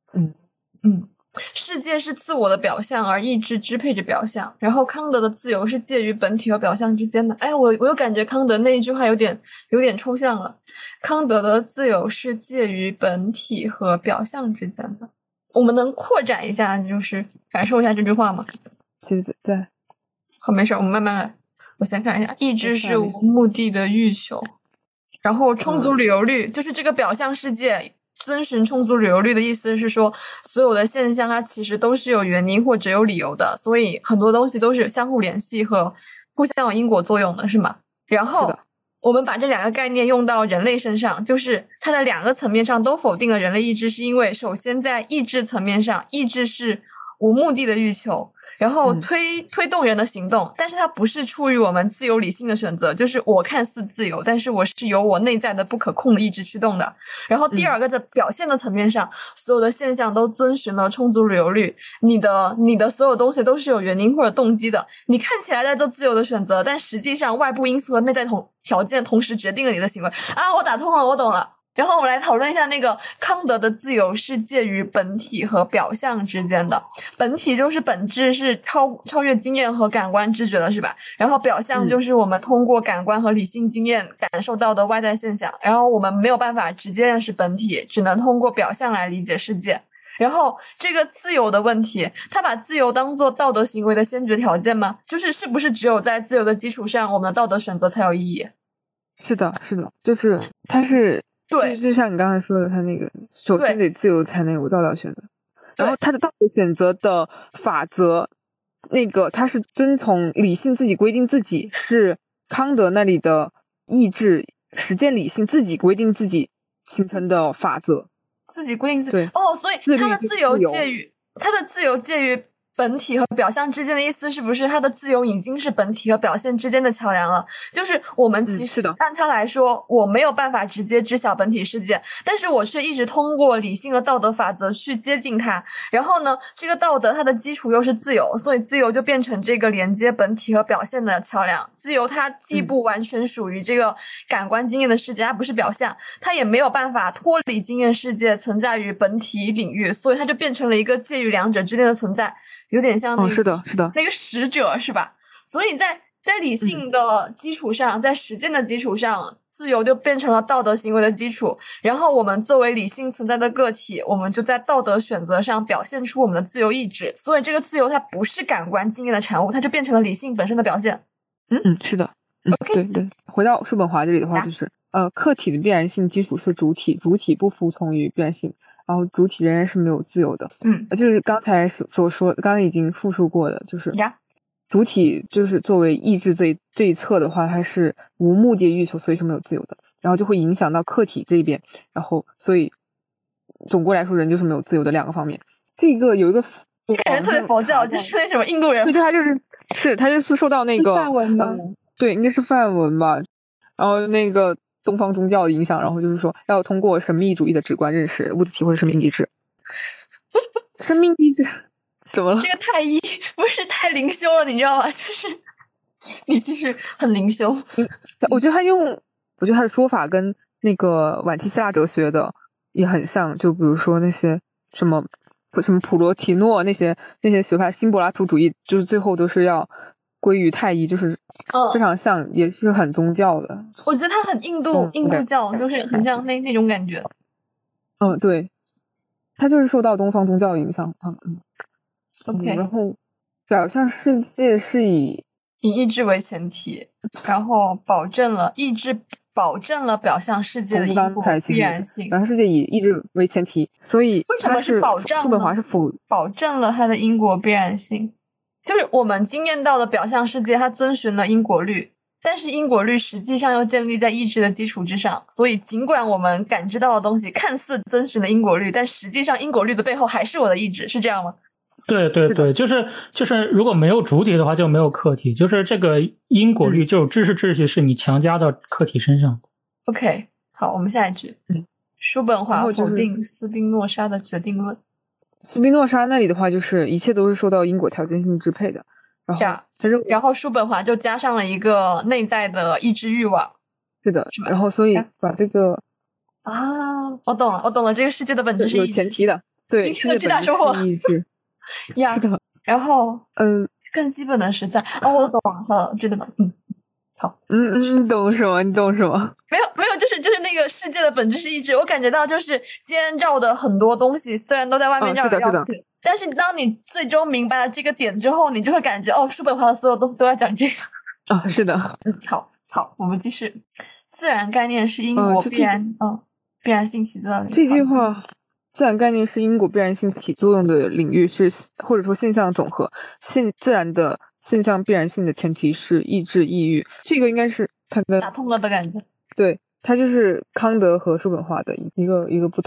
世界是自我的表象，而意志支配着表象。然后康德的自由是介于本体和表象之间的。我又感觉康德那一句话有点抽象了。康德的自由是介于本体和表象之间的。我们能扩展一下，就是感受一下这句话吗？ 其实在。 好，没事，我们慢慢来。我先看一下，意志是无目的的欲求，然后充足流律，就是这个表象世界。遵循充足流律的意思是说，所有的现象它其实都是有原因或者有理由的，所以很多东西都是相互联系和互相有因果作用的，是吗？然后我们把这两个概念用到人类身上，就是它的两个层面上都否定了人类意志，是因为首先在意志层面上，意志是无目的的欲求，然后推动人的行动，但是它不是出于我们自由理性的选择，就是我看似自由，但是我是由我内在的不可控的意志驱动的。然后第二个在表现的层面上，所有的现象都遵循了充足流率，你的所有东西都是有原因或者动机的，你看起来在做自由的选择，但实际上外部因素和内在条件同时决定了你的行为啊！我打通了，我懂了。然后我们来讨论一下那个康德的自由是介于本体和表象之间的，本体就是本质是超越经验和感官知觉的，是吧？然后表象就是我们通过感官和理性经验感受到的外在现象，然后我们没有办法直接认识本体，只能通过表象来理解世界。然后这个自由的问题，他把自由当作道德行为的先决条件吗？是不是只有在自由的基础上，我们的道德选择才有意义？ 是的，就是它是对， 就像你刚才说的，他那个首先得自由才能有道德选择，然后他的道德选择的法则，那个他是遵从理性自己规定自己，是康德那里的意志实践理性自己规定自己形成的法则， 自己规定自己。 对所以他的自由介于本体和表象之间的意思，是不是他的自由已经是本体和表现之间的桥梁了？就是我们其实按他来说，我没有办法直接知晓本体世界，但是我却一直通过理性和道德法则去接近它。然后呢，这个道德它的基础又是自由，所以自由就变成这个连接本体和表现的桥梁。自由它既不完全属于这个感官经验的世界，它不是表象，它也没有办法脱离经验世界存在于本体领域，所以它就变成了一个介于两者之间的存在。有点像那个， 是的那个使者是吧？所以在理性的基础上，在实践的基础上，自由就变成了道德行为的基础。然后我们作为理性存在的个体，我们就在道德选择上表现出我们的自由意志。所以这个自由它不是感官经验的产物，它就变成了理性本身的表现。 是的，okay? 对。回到叔本华这里的话，就是客体的必然性基础是主体，主体不服从于必然性。然后主体仍然是没有自由的，就是刚才所说，刚刚已经复述过的，就是主体就是作为意志这一侧的话，它是无目的欲求，所以是没有自由的，然后就会影响到客体这一边，然后所以总归来说，人就是没有自由的两个方面。这个有一个感觉特别佛教，就是那什么印度人， 对，他就是受到那个梵文吗？ 对，应该是梵文吧，然后那个东方宗教的影响，然后就是说要通过神秘主义的直观认识物质体或者生命意志。生命意志怎么了？ 这个太一不是太灵修了，你知道吗？就是你其实很灵修。 我觉得他的说法跟那个晚期希腊哲学的也很像，就比如说那些什么普罗提诺那些学派，新柏拉图主义，就是最后都是要归于太一，就是非常像，也是很宗教的。 我觉得它很印度教，就是很像那种感觉。 对，它就是受到东方宗教的影响。 OK， 然后表象世界是以意志为前提，然后保证了表象世界的因果必然性。 表象世界以意志为前提，所以为什么是保障呢？ 叔本华是保证了它的因果必然性。就是我们经验到的表象世界，它遵循了因果律，但是因果律实际上又建立在意志的基础之上，所以尽管我们感知到的东西看似遵循了因果律，但实际上因果律的背后还是我的意志，是这样吗？ 对，就是如果没有主体的话，就没有客体，就是这个因果律，就是知识秩序是你强加到客体身上。 OK， 好，我们下一句。叔本华否定斯宾诺莎的决定论。 斯宾诺莎那里的话，就是一切都是受到因果条件性支配的，然后叔本华就加上了一个内在的意志欲望。 是的，然后所以把这个我懂了，这个世界的本质是有前提的，对， 今天的巨大收获意志呀。然后更基本的实在我懂了，知道了。好， 你懂什么？ 没有，就是那个世界的本质是意志。我感觉到就是尖绕的很多东西，虽然都在外面绕来绕去，但是当你最终明白了这个点之后，你就会感觉叔本华的所有东西都在讲这个。 是的。 好，我们继续。自然概念是因果必然性起作用的领域。 这句话，自然概念是因果必然性起作用的领域，是或者说现象总和。自然的现象必然性的前提是意志意欲，这个应该是他跟打通了的感觉。 对，他就是康德和叔本华的一个不同。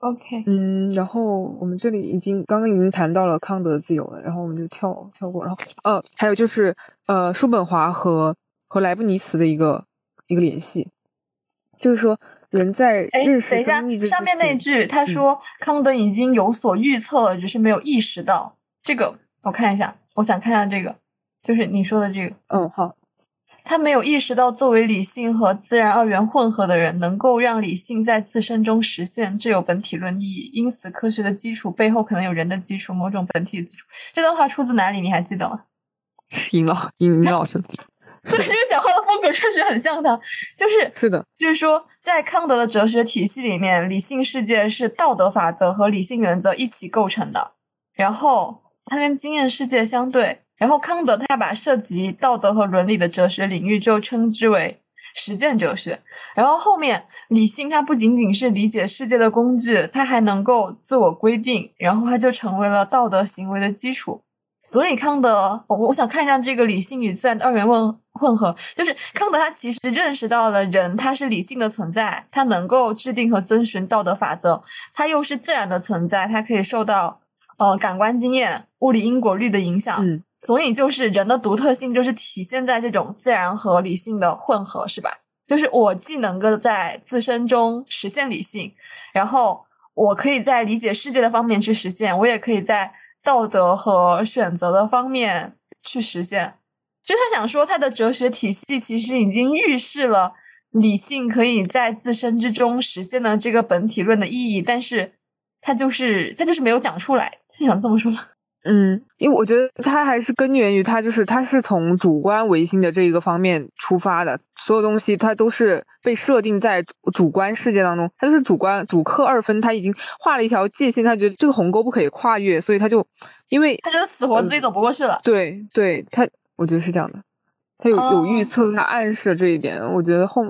OK， 然后我们这里刚刚已经谈到了康德的自由了，然后我们就跳过，然后还有就是叔本华和莱布尼茨的一个联系，就是说人在认识生命意志之前， 上面那句他说康德已经有所预测了，只是没有意识到。这个我看一下，我想看一下这个，就是你说的这个。 好。 他没有意识到作为理性和自然二元混合的人能够让理性在自身中实现，这有本体论意义。因此科学的基础背后可能有人的基础，某种本体的基础。这段话出自哪里？你还记得吗？ 尹老师。 对，这个讲话的风格确实很像他， 是的， 就是说在康德的哲学体系里面，理性世界是道德法则和理性原则一起构成的，然后它跟经验世界相对。然后康德他把涉及道德和伦理的哲学领域就称之为实践哲学。然后后面理性它不仅仅是理解世界的工具，它还能够自我规定，然后它就成为了道德行为的基础。所以康德，我想看一下这个理性与自然的二元混合，就是康德他其实认识到了人他是理性的存在，他能够制定和遵循道德法则，他又是自然的存在，他可以受到感官经验、物理因果律的影响。所以就是人的独特性就是体现在这种自然和理性的混合，是吧？就是我既能够在自身中实现理性，然后我可以在理解世界的方面去实现，我也可以在道德和选择的方面去实现。就他想说他的哲学体系其实已经预示了理性可以在自身之中实现的这个本体论的意义，但是他就是没有讲出来，是想这么说吗？ 因为我觉得它还是根源于它是从主观唯心的这一个方面出发的，所有东西它都是被设定在主观世界当中，它就是主客二分，它已经画了一条界限，他觉得这个鸿沟不可以跨越，所以他就因为他就是死活自己走不过去了。 对，他我觉得是这样的，他有预测，他暗示了这一点。我觉得后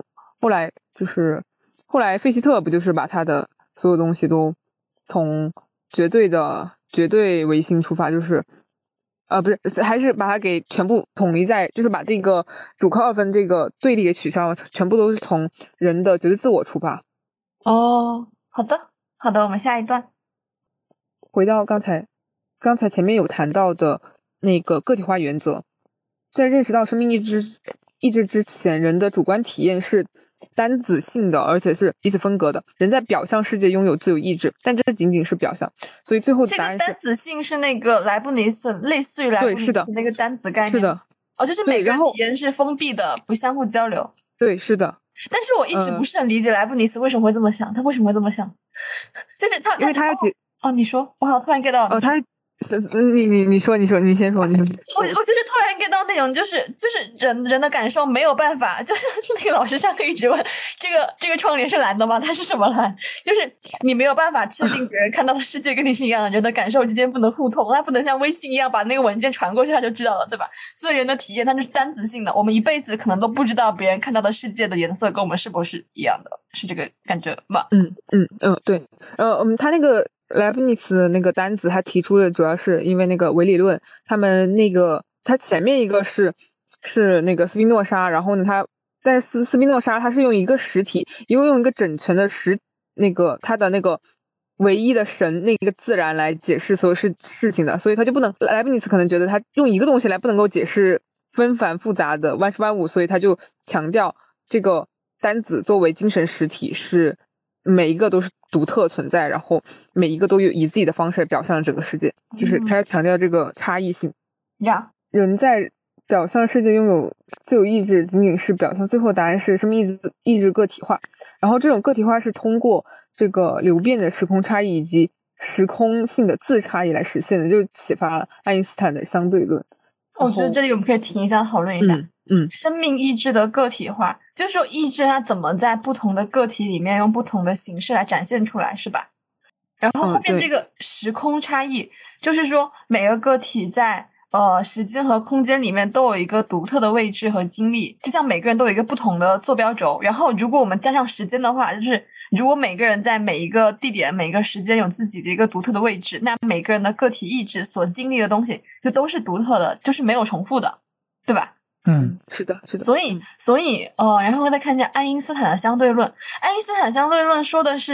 来费希特不就是把他的所有东西都从绝对唯心出发，就是不是，还是把它给全部统一在，就是把这个主客二分这个对立给取消了，全部都是从人的绝对自我出发。 好的，我们下一段回到刚才前面有谈到的那个个体化原则，在认识到生命意志之前，人的主观体验是单子性的，而且是彼此分隔的。人在表象世界拥有自由意志，但这仅仅是表象。所以最后的答案是， 这个单子性是那个莱布尼茨，类似于莱布尼茨那个单子概念。 是的， 就是每个人体验是封闭的，不相互交流。 对，是的。 但是我一直不是很理解莱布尼茨为什么会这么想，他为什么会这么想？就是他， 因为他你说，我好突然 get 到。 你说，你先说。我就是突然 get 到那种，就是人的感受没有办法，就是那个老师上课一直问这个窗帘是蓝的吗？它是什么蓝？就是你没有办法确定别人看到的世界跟你是一样的，人的感受之间不能互通，它不能像微信一样把那个文件传过去他就知道了，对吧？所以人的体验它就是单子性的，我们一辈子可能都不知道别人看到的世界的颜色跟我们是不是一样的，是这个感觉吗？ 对，他那个莱布尼茨那个单子，他提出的主要是因为那个唯理论，他前面一个是那个斯宾诺莎，然后呢，但是斯宾诺莎他是用一个实体，用一个整全的那个他的那个唯一的神那个自然来解释所有事情的，所以他就不能，莱布尼茨可能觉得他用一个东西来不能够解释纷繁复杂的万事万物，所以他就强调这个单子作为精神实体是每一个都是独特存在，然后每一个都有以自己的方式表象整个世界，就是他要强调这个差异性。人在表象世界拥有自由意志仅仅是表象，最后答案是生命意志个体化，然后这种个体化是通过这个流变的时空差异以及时空性的自差异来实现的，就启发了爱因斯坦的相对论。 我觉得这里我们可以停一下讨论一下生命意志的个体化，就是说意志它怎么在不同的个体里面用不同的形式来展现出来，是吧？然后后面这个时空差异，就是说每个个体在时间和空间里面都有一个独特的位置和经历，就像每个人都有一个不同的坐标轴。然后如果我们加上时间的话，就是如果每个人在每一个地点每一个时间有自己的一个独特的位置，那每个人的个体意志所经历的东西就都是独特的，就是没有重复的，对吧？ 是的。 所以然后再看一下爱因斯坦的相对论。爱因斯坦相对论说的是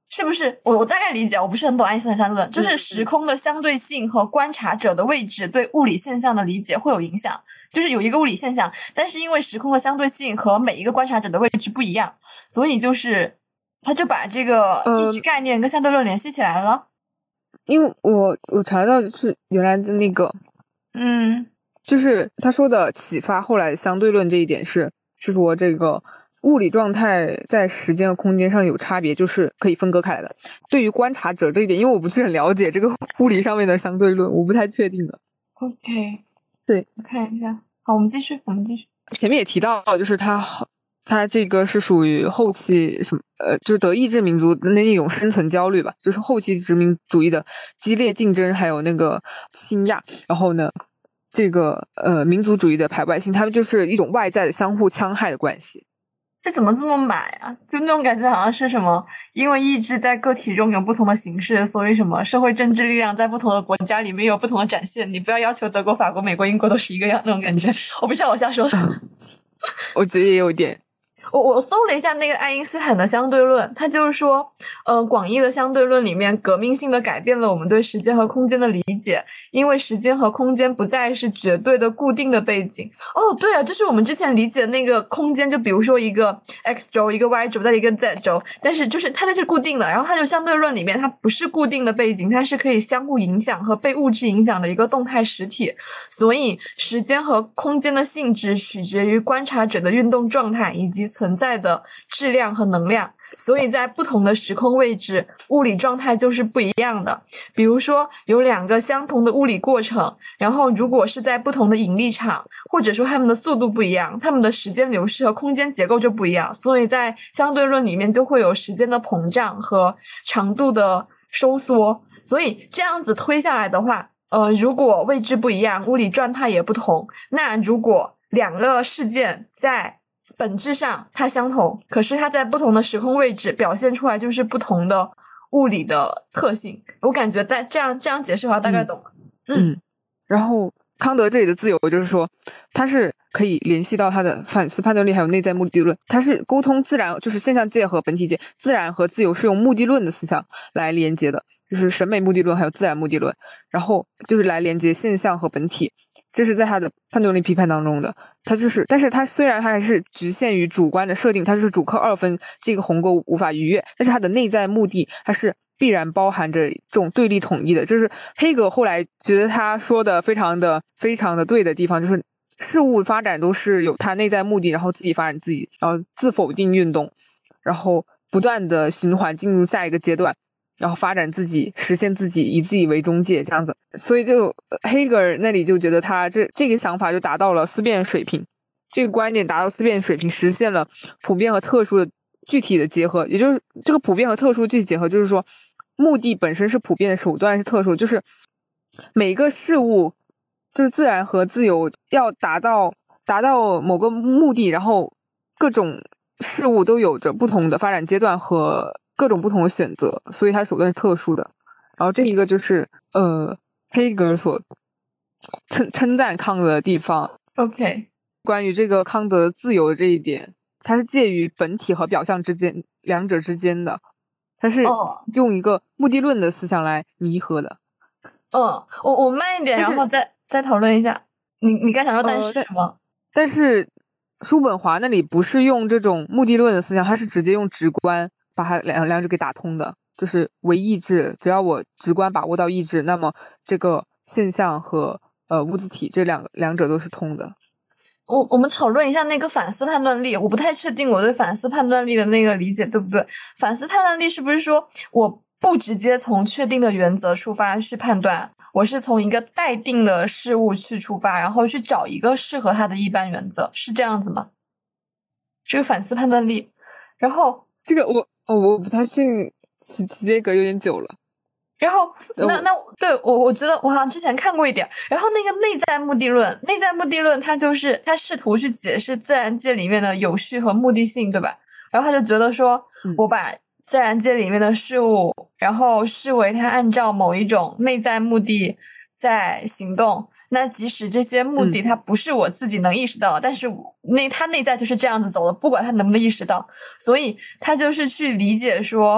是不是？我大概理解，我不是很懂爱因斯坦相对论，就是时空的相对性和观察者的位置对物理现象的理解会有影响。就是有一个物理现象，但是因为时空的相对性和每一个观察者的位置不一样，所以就是他就把这个意志概念跟相对论联系起来了。 因为我查到就是原来的那个，就是他说的启发后来相对论这一点是说这个物理状态在时间和空间上有差别，就是可以分割开来的。对于观察者这一点，因为我不是很了解这个物理上面的相对论，我不太确定的。 OK， 对， 我看一下。好，我们继续。 前面也提到，就是他这个是属于后期什么就是德意志民族的那种生存焦虑吧，就是后期殖民主义的激烈竞争，还有那个倾轧，然后呢，这个民族主义的排外性，他们就是一种外在的相互戕害的关系。 这怎么这么满呀？就那种感觉好像是什么，因为意志在个体中有不同的形式，所以什么社会政治力量在不同的国家里面有不同的展现。你不要求德国、法国、美国、英国都是一个样那种感觉。我不知道我瞎说的。 我觉得也有点。 我搜了一下那个爱因斯坦的相对论，他就是说，广义的相对论里面革命性的改变了我们对时间和空间的理解，因为时间和空间不再是绝对的固定的背景。哦，对啊，就是我们之前理解的那个空间，就比如说一个 X 轴、一个 Y 轴、再一个 Z 轴，但是就是它那是固定的，然后它就相对论里面它不是固定的背景，它是可以相互影响和被物质影响的一个动态实体，所以时间和空间的性质取决于观察者的运动状态以及存在的质量和能量，所以在不同的时空位置，物理状态就是不一样的。比如说有两个相同的物理过程，然后如果是在不同的引力场，或者说它们的速度不一样，它们的时间流逝和空间结构就不一样，所以在相对论里面就会有时间的膨胀和长度的收缩。所以这样子推下来的话，如果位置不一样，物理状态也不同，那如果两个事件在本质上它相同，可是它在不同的时空位置表现出来就是不同的物理的特性。我感觉这样解释的话大概懂了。 然后康德这里的自由就是说，它是可以联系到他的反思判断力还有内在目的论，它是沟通自然，就是现象界和本体界，自然和自由是用目的论的思想来连接的，就是审美目的论还有自然目的论，然后就是来连接现象和本体。这是在他的判断力批判当中的，他就是，但是他虽然他还是局限于主观的设定，他就是主客二分这个鸿沟无法逾越，但是他的内在目的它是必然包含着这种对立统一的。就是黑格后来觉得他说的非常的对的地方，就是事物发展都是有它内在目的，然后自己发展自己，然后自否定运动，然后不断的循环进入下一个阶段，然后发展自己，实现自己，以自己为中介，这样子。所以就黑格尔那里就觉得他这个想法就达到了思辨水平，这个观点达到思辨水平，实现了普遍和特殊的具体的结合。也就是这个普遍和特殊具体结合，就是说目的本身是普遍的，手段是特殊，就是每个事物就是自然和自由要达到某个目的，然后各种事物都有着不同的发展阶段和各种不同的选择，所以它手段是特殊的。然后这一个就是黑格尔所称赞康德的地方。 OK， 关于这个康德自由的这一点，它是介于本体和表象之间，两者之间的，它是用一个目的论的思想来弥合的。 我慢一点，然后再讨论一下。你刚想说但是什么？ 但是叔本华那里不是用这种目的论的思想，他是直接用直观把它两者给打通的，就是唯意志，只要我直观把握到意志，那么这个现象和物自体这两者都是通的。 我们讨论一下那个反思判断力，我不太确定我对反思判断力的那个理解对不对。反思判断力是不是说我不直接从确定的原则出发去判断，我是从一个待定的事物去出发，然后去找一个适合它的一般原则，是这样子吗？这个反思判断力。然后这个我不太确定，时间隔有点久了。 然后那对我觉得我好像之前看过一点。然后那个内在目的论它就是它试图去解释自然界里面的有序和目的性，对吧？然后他就觉得说我把自然界里面的事物然后视为它按照某一种内在目的在行动，那即使这些目的它不是我自己能意识到的，但是它内在就是这样子走的，不管它能不能意识到。所以他就是去理解说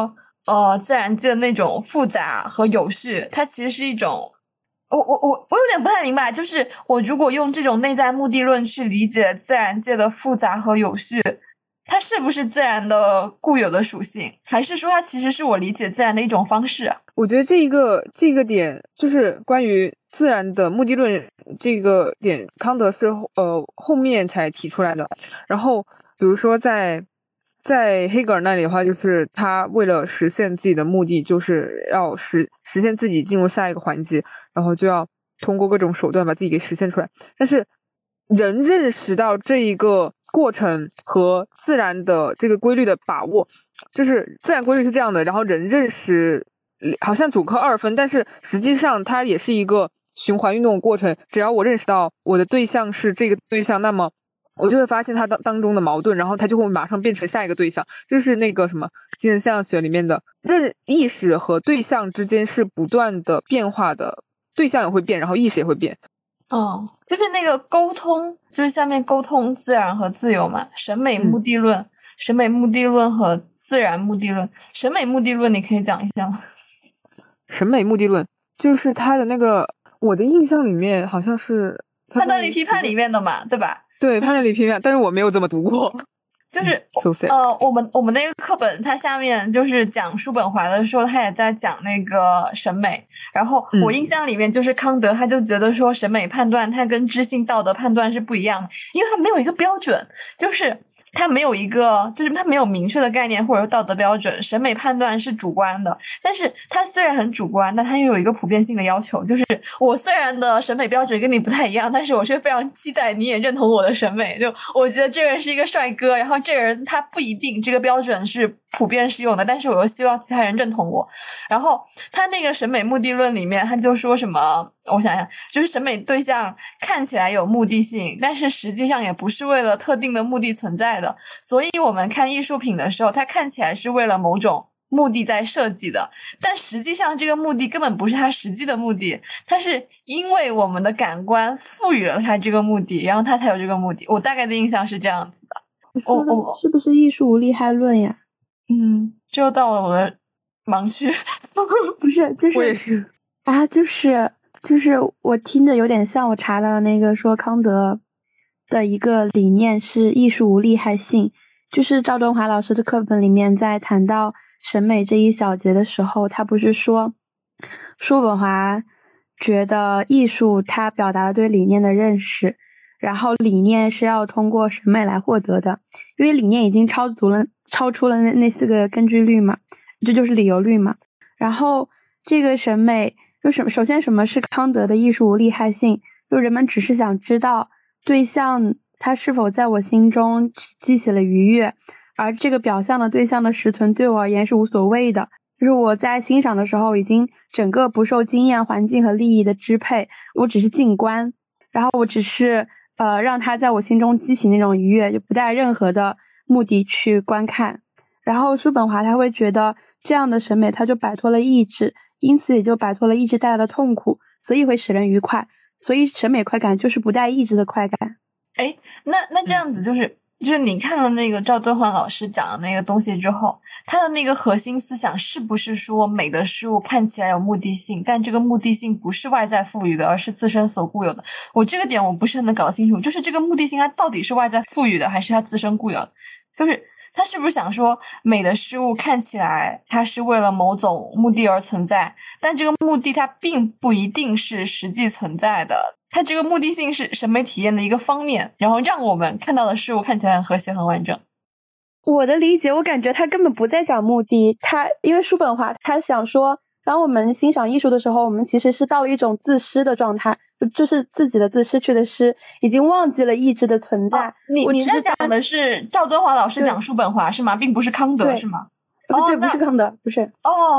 自然界的那种复杂和有序，它其实是一种。我有点不太明白，就是我如果用这种内在目的论去理解自然界的复杂和有序，它是不是自然的固有的属性，还是说它其实是我理解自然的一种方式啊？ 我觉得这个点就是关于自然的目的论这个点，康德是后面才提出来的。然后比如说在黑格尔那里的话，就是他为了实现自己的目的，就是要实现自己进入下一个环节，然后就要通过各种手段把自己给实现出来。但是人认识到这一个过程和自然的这个规律的把握，就是自然规律是这样的，然后人认识好像主客二分，但是实际上它也是一个循环运动的过程。只要我认识到我的对象是这个对象，那么我就会发现它当中的矛盾，然后它就会马上变成下一个对象。就是那个什么精神现象学里面的意识和对象之间是不断的变化的，对象也会变，然后意识也会变。 就是那个沟通，就是下面沟通自然和自由嘛，审美目的论、审美目的论和自然目的论。审美目的论你可以讲一下吗？ 审美目的论就是它的那个，我的印象里面好像是判断力批判里面的嘛，对吧？ 对，判断力批判，但是我没有这么读过。 就是 so sad 我们那个课本，它下面就是讲叔本华的时候，他也在讲那个审美。然后我印象里面就是康德，他就觉得说审美判断它跟知性道德判断是不一样的，因为它没有一个标准，就是它没有一个，就是它没有明确的概念或者道德标准。审美判断是主观的，但是它虽然很主观，但它又有一个普遍性的要求，就是我虽然的审美标准跟你不太一样，但是我却非常期待你也认同我的审美。就我觉得这人是一个帅哥，然后这人他不一定这个标准是普遍适用的，但是我又希望其他人认同我。然后他那个审美目的论里面，他就说什么，我想想，就是审美对象看起来有目的性，但是实际上也不是为了特定的目的存在的。所以我们看艺术品的时候，它看起来是为了某种目的在设计的，但实际上这个目的根本不是它实际的目的，它是因为我们的感官赋予了它这个目的，然后它才有这个目的。我大概的印象是这样子的。 我是不是艺术无利害论呀？ 这又到了我的盲区。 不是，就是我也是啊，就是我听着有点像我查的那个说康德的一个理念是艺术无利害性，就是赵东华老师的课本里面在谈到审美这一小节的时候，他不是说叔本华觉得艺术它表达了对理念的认识，然后理念是要通过审美来获得的，因为理念已经超出了那4个根据律嘛，这就是理由律嘛。然后这个审美首先什么是康德的艺术无利害性，就人们只是想知道对象它是否在我心中激起了愉悦，而这个表象的对象的实存对我而言是无所谓的，就是我在欣赏的时候已经整个不受经验环境和利益的支配，我只是静观，然后我只是让它在我心中激起那种愉悦，就不带任何的目的去观看。然后叔本华他会觉得这样的审美他就摆脱了意志，因此也就摆脱了意志带来的痛苦，所以会使人愉快，所以审美快感就是不带意志的快感。 那这样子就是你看了那个赵敦煌老师讲的那个东西之后，他的那个核心思想是不是说美的事物看起来有目的性，但这个目的性不是外在赋予的，而是自身所固有的？我这个点我不是很能搞清楚，就是这个目的性它到底是外在赋予的，还是它自身固有的？就是他是不是想说美的事物看起来它是为了某种目的而存在，但这个目的它并不一定是实际存在的，它这个目的性是审美体验的一个方面，然后让我们看到的事物看起来很和谐很完整。 我的理解，我感觉他根本不在讲目的，因为叔本华他想说，当我们欣赏艺术的时候，我们其实是到了一种自失的状态，就是自己的自失去的失，已经忘记了意志的存在。 你在讲的是赵敦华老师讲叔本华是吗？并不是康德是吗？ 对，不是康德，不是。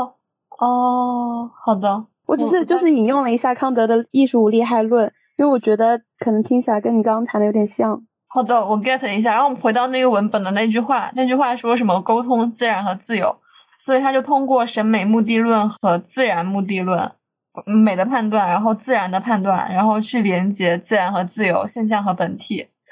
好的。 我只是就是引用了一下康德的艺术无利害论，因为我觉得可能听起来跟你刚刚谈的有点像。 好的，我 get 一下。然后我们回到那个文本的那句话说什么沟通自然和自由，所以他就通过审美目的论和自然目的论，美的判断，然后自然的判断，然后去连接自然和自由、现象和本体。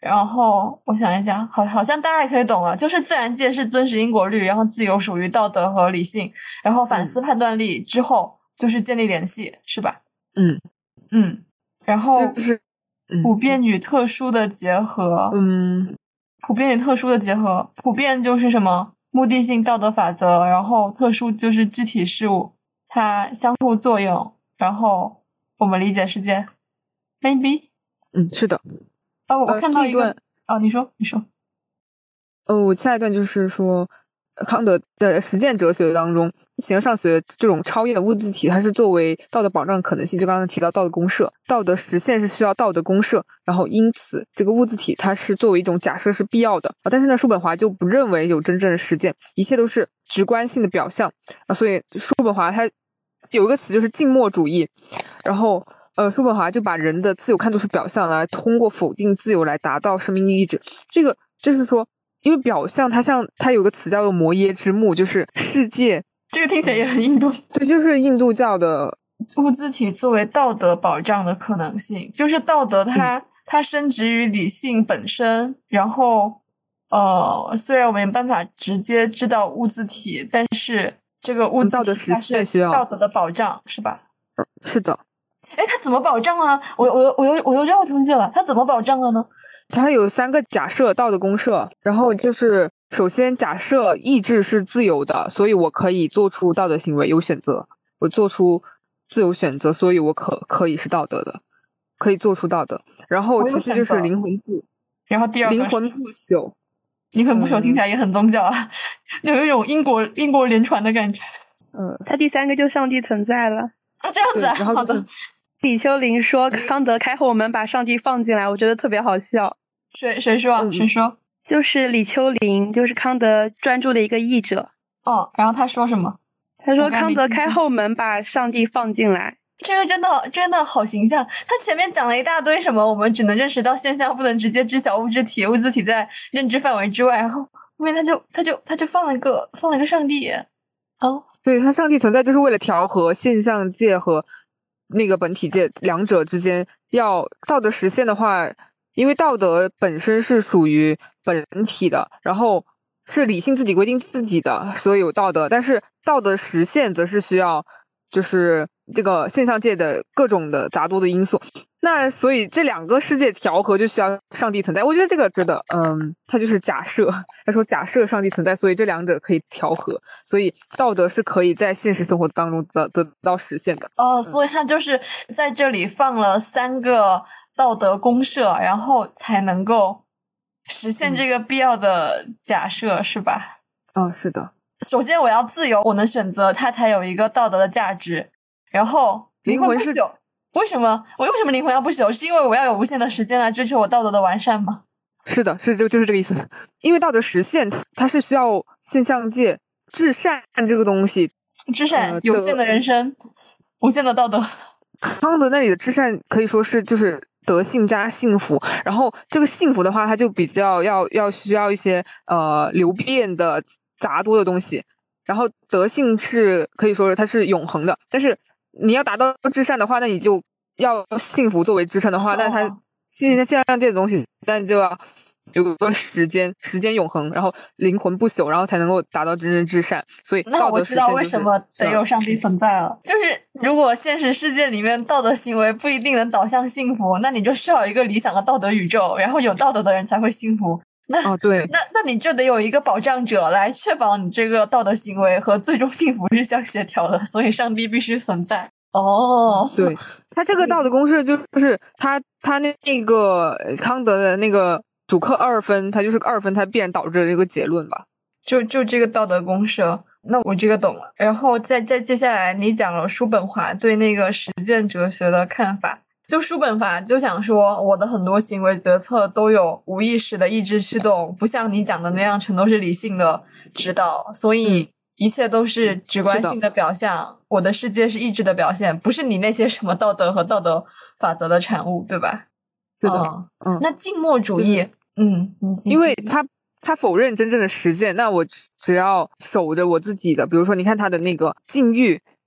然后我想一想，好像大家也可以懂了，就是自然界是遵循因果律，然后自由属于道德和理性，然后反思判断力之后就是建立联系，是吧？然后就是普遍与特殊的结合，普遍与特殊的结合，普遍就是什么目的性道德法则，然后特殊就是肢体事物，它相互作用，然后我们理解世界 ，maybe， 是的。 我看到一个你说， 我下一段就是说，康德的实践哲学当中，形而上学这种超验的物质体，它是作为道德保障的可能性。就刚刚提到道德公设，道德实现是需要道德公设，然后因此这个物质体它是作为一种假设是必要的但是呢，叔本华就不认为有真正的实践，一切都是直观性的表象所以叔本华他有一个词就是静默主义，然后叔本华就把人的自由看作是表象，来通过否定自由来达到生命意志。这个就是说，因为表象它有个词叫做摩耶之目，就是世界。 这个听起来也很印度。 对，就是印度教的物质体作为道德保障的可能性，就是道德它深植于理性本身，然后虽然我们没办法直接知道物质体，但是这个物质体道德实现需要道德的保障，是吧？ 是的。 它怎么保障啊？我又绕出去了，它怎么保障了呢？ 它有3个假设道德公设，然后就是首先假设意志是自由的，所以我可以做出道德行为，有选择，我做出自由选择，所以我可以是道德的，可以做出道德。然后其次就是灵魂不， 然后第二个灵魂不朽， 灵魂不朽听起来也很宗教啊，有一种英国连传的感觉。 它第3个就上帝存在了这样子啊， 然后好的。 李秋林说康德开后门把上帝放进来，我觉得特别好笑。 谁说？谁说？ 就是李秋林，就是康德专注的一个译者。 然后他说什么？ 他说康德开后门把上帝放进来。 这个真的好形象。他前面讲了一大堆什么，我们只能认识到现象，不能直接知晓物质体，物质体在认知范围之外。然后后面他就放了一个上帝。 对，他上帝存在就是为了调和现象界和那个本体界两者之间。要道德实现的话，因为道德本身是属于本体的，然后是理性自己规定自己的，所以有道德。但是道德实现则是需要就是这个现象界的各种的杂多的因素。那所以这2个世界调和就需要上帝存在。我觉得这个真的它就是假设，他说假设上帝存在，所以这2者可以调和，所以道德是可以在现实生活当中得到实现的。 所以他就是在这里放了3个道德公设，然后才能够实现这个必要的假设，是吧？ 是的。 首先我要自由，我能选择，它才有一个道德的价值。然后灵魂不朽，为什么灵魂要不朽？是因为我要有无限的时间来追求我道德的完善吗？ 是的，就是这个意思。因为道德实现它是需要现象界至善这个东西， 至善有限的人生，无限的道德。 康德那里的至善可以说是就是德性加幸福，然后这个幸福的话，它就比较要需要一些流变的杂多的东西，然后德性是可以说它是永恒的，但是你要达到至善的话，那你就要幸福作为至善的话，那它现象界的东西，但就要有个时间永恒，然后灵魂不朽，然后才能够达到真正至善。所以道德实现、就是、 那我知道为什么得有上帝存在了，就是如果现实世界里面道德行为不一定能导向幸福，那你就需要一个理想的道德宇宙，然后有道德的人才会幸福。 对， 那你就得有一个保障者来确保你这个道德行为和最终幸福是相协调的，所以上帝必须存在。 对，他这个道德公式就是他那个康德的那个主客2分，他就是2分，他必然导致了这个结论吧。 就这个道德公式，那我这个懂了。然后再接下来你讲了叔本华对那个实践哲学的看法。就叔本华就想说，我的很多行为决策都有无意识的意志驱动，不像你讲的那样全都是理性的指导，所以一切都是直观性的表象。我的世界是意志的表现，不是你那些什么道德和道德法则的产物，对吧？ 是的。 那静默主义， 因为他否认真正的实践，那我只要守着我自己的，比如说你看他的那个禁欲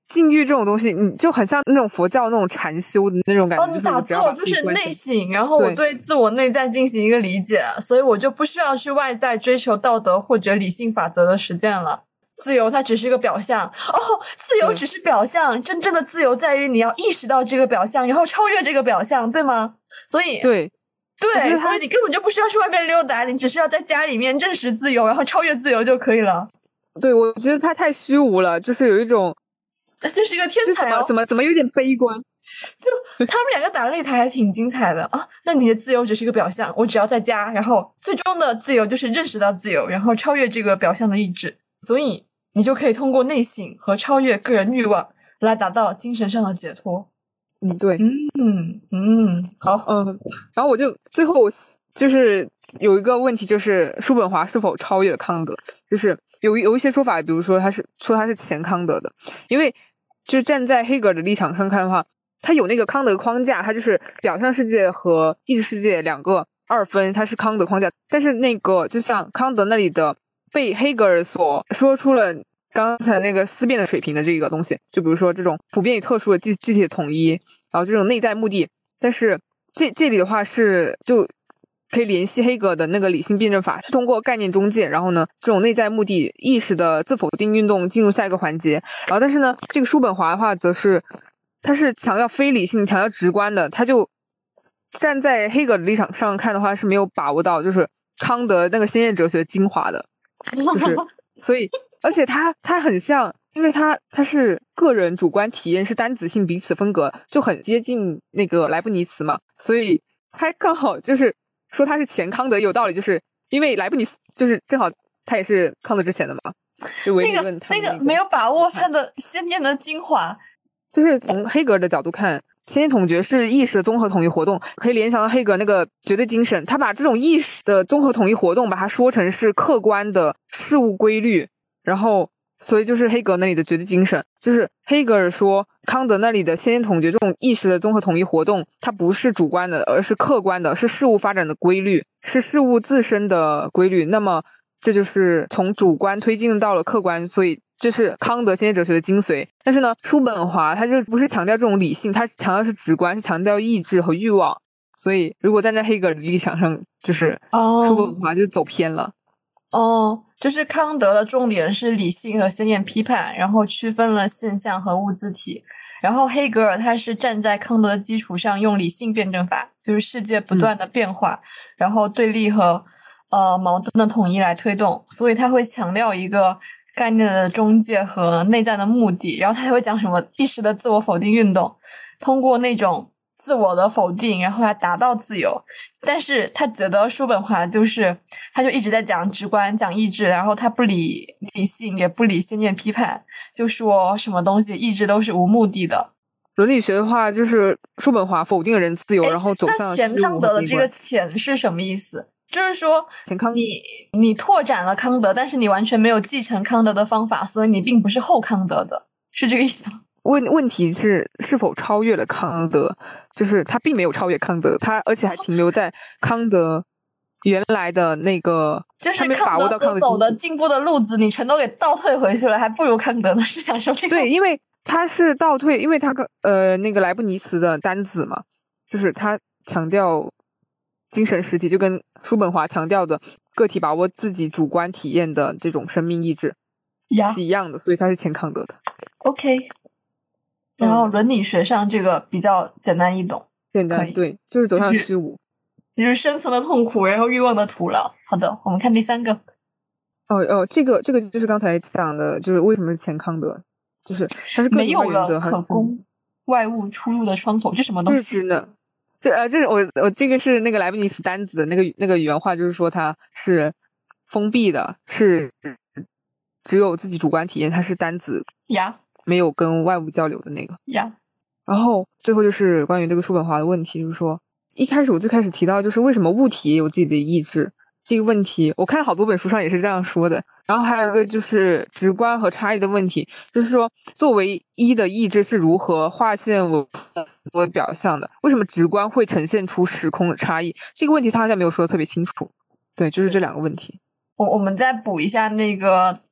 禁欲这种东西，你就很像那种佛教那种禅修的那种感觉。 你打坐就是内省，然后我对自我内在进行一个理解，所以我就不需要去外在追求道德或者理性法则的实践了。自由它只是一个表象，自由只是表象，真正的自由在于你要意识到这个表象，然后超越这个表象，对吗？所以对， 所以你根本就不需要去外面溜达，你只需要在家里面认识自由，然后超越自由就可以了。 对，我觉得他太虚无了，就是有一种， 这是一个天才怎么有点悲观。 就他们两个打擂台还挺精彩的啊！那你的自由只是一个表象，我只要在家，然后最终的自由就是认识到自由，然后超越这个表象的意志，所以你就可以通过内省和超越个人欲望来达到精神上的解脱。 对， 好， 然后我就最后就是有一个问题，就是叔本华是否超越了康德？就是有一些说法，比如说他是前康德的，因为就是站在黑格尔的立场上看的话，他有那个康德框架，他就是表象世界和意识世界两个二分，它是康德框架。但是那个就像康德那里的被黑格尔所说出了刚才那个思辨的水平的这个东西，就比如说这种普遍与特殊的具体的统一，然后这种内在目的。但是这里的话是就可以联系黑格尔的那个理性辩证法，是通过概念中介，然后呢这种内在目的意识的自否定运动进入下一个环节。然后但是呢这个叔本华的话则是他是强调非理性，强调直观的，他就站在黑格尔的立场上看的话是没有把握到就是康德那个先验哲学精华的，就是所以而且他很像，因为他是个人主观体验是单子性彼此分隔，就很接近那个莱布尼茨嘛，所以他刚好就是说他是前康德有道理，就是因为莱布尼茨就是正好他也是康德之前的嘛，就唯理论他那个没有把握他的先验的精华。 就是从黑格尔的角度看，先验统觉是意识的综合统一活动，可以联想到黑格尔那个绝对精神，他把这种意识的综合统一活动把它说成是客观的事物规律，然后所以就是黑格尔那里的绝对精神，就是黑格尔说康德那里的先验统觉这种意识的综合统一活动，它不是主观的，而是客观的，是事物发展的规律，是事物自身的规律。那么这就是从主观推进到了客观，所以这是康德先验哲学的精髓。但是呢，叔本华他就不是强调这种理性，他强调是直观，是强调意志和欲望。所以如果站在黑格尔的立场上，就是叔本华就走偏了。 就是康德的重点是理性和先验批判，然后区分了现象和物自体。然后黑格尔他是站在康德的基础上，用理性辩证法，就是世界不断的变化，然后对立和矛盾的统一来推动，所以他会强调一个概念的中介和内在的目的，然后他还会讲什么意识的自我否定运动，通过那种自我的否定，然后来达到自由。但是他觉得叔本华他就一直在讲直观，讲意志，然后他不理理性，也不理先验批判，就说什么东西意志都是无目的的。 伦理学的话，就是叔本华否定了人自由，然后走向那前康德的这个前是什么意思？就是说你拓展了康德，但是你完全没有继承康德的方法，所以你并不是后康德的，是这个意思吗？ 问题是否超越了康德，就是他并没有超越康德，他而且还停留在康德原来的那个， 就是康德所走的进步的路子你全都给倒退回去了，还不如康德呢，是想说这个？ 对，因为他是倒退，因为他那个莱布尼茨的单子嘛，就是他强调精神实体，就跟叔本华强调的个体把握自己主观体验的这种生命意志是一样的，所以他是前康德的。 OK， 然后伦理学上这个比较简单易懂， 简单，对，就是走向虚无， 就是生存的痛苦，然后欲望的徒劳。好的，我们看第三个。 这个就是刚才讲的，就是为什么是前康德，就是它是个体化原则， 没有了可供外物出入的窗口，这什么东西？ 这是我这个是那个莱布尼茨单子的那个原话，就是说它是封闭的，是只有自己主观体验，它是单子呀， 没有跟外物交流的那个呀。 然后最后就是关于这个叔本华的问题，就是说我最开始提到就是为什么物体也有自己的意志这个问题，我看好多本书上也是这样说的。然后还有一个就是直观和差异的问题，就是说作为一的意志是如何划线为表象的，为什么直观会呈现出时空的差异，这个问题他好像没有说的特别清楚。对，就是这两个问题。 我们再补一下那个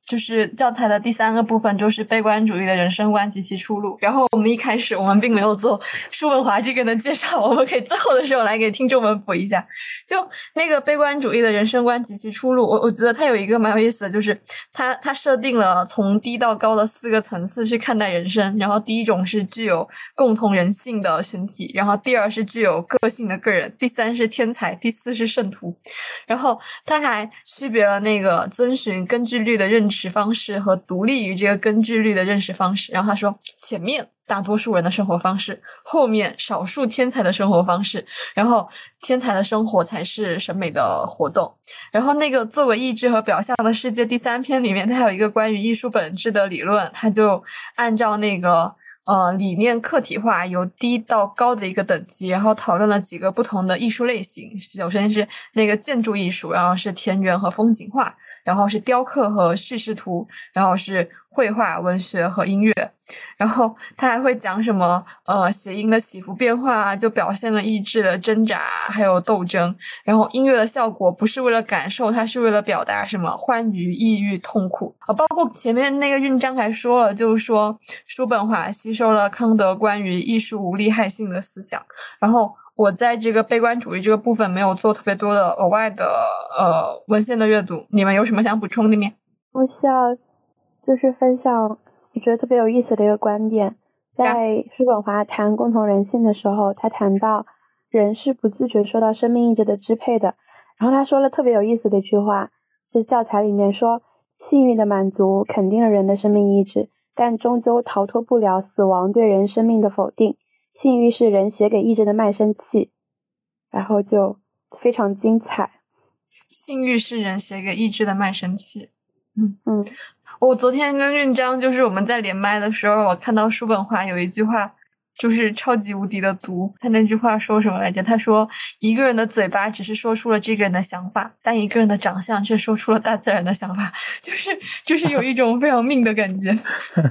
就是教材的第3个部分就是悲观主义的人生观及其出路。然后我们一开始我们并没有做叔本华这个人的介绍，我们可以最后的时候来给听众们补一下。就那个悲观主义的人生观及其出路，我觉得它有一个蛮有意思的，就是它设定了从低到高的4个层次去看待人生。然后第一种是具有共同人性的群体，然后第2是具有个性的个人，第3是天才，第4是圣徒。然后它还区别了那个遵循根据律的认识方式和独立于这个根据律的认识方式。然后他说前面大多数人的生活方式，后面少数天才的生活方式，然后天才的生活才是审美的活动。然后那个作为意志和表象的世界第3篇里面，它还有一个关于艺术本质的理论，它就按照那个理念客体化由低到高的一个等级，然后讨论了几个不同的艺术类型。首先是那个建筑艺术，然后是田园和风景画，然后是雕刻和叙事图，然后是绘画、文学和音乐。然后他还会讲什么谐音的起伏变化啊，就表现了意志的挣扎还有斗争。然后音乐的效果不是为了感受，它是为了表达什么欢愉、抑郁、痛苦包括前面那个韵章还说了，就是说叔本华吸收了康德关于艺术无利害性的思想。然后我在这个悲观主义这个部分没有做特别多的额外的文献的阅读，你们有什么想补充的吗？ 我想就是分享我觉得特别有意思的一个观点，在叔本华谈共同人性的时候，他谈到人是不自觉受到生命意志的支配的。然后他说了特别有意思的一句话，就是教材里面说，性欲的满足肯定了人的生命意志，但终究逃脱不了死亡对人生命的否定。性欲是人写给意志的卖身契，然后就非常精彩。 性欲是人写给意志的卖身契。我昨天跟韵章就是我们在连麦的时候，我看到叔本华有一句话就是超级无敌的毒。他那句话说什么来着？他说一个人的嘴巴只是说出了这个人的想法，但一个人的长相却说出了大自然的想法，就是有一种非常命的感觉。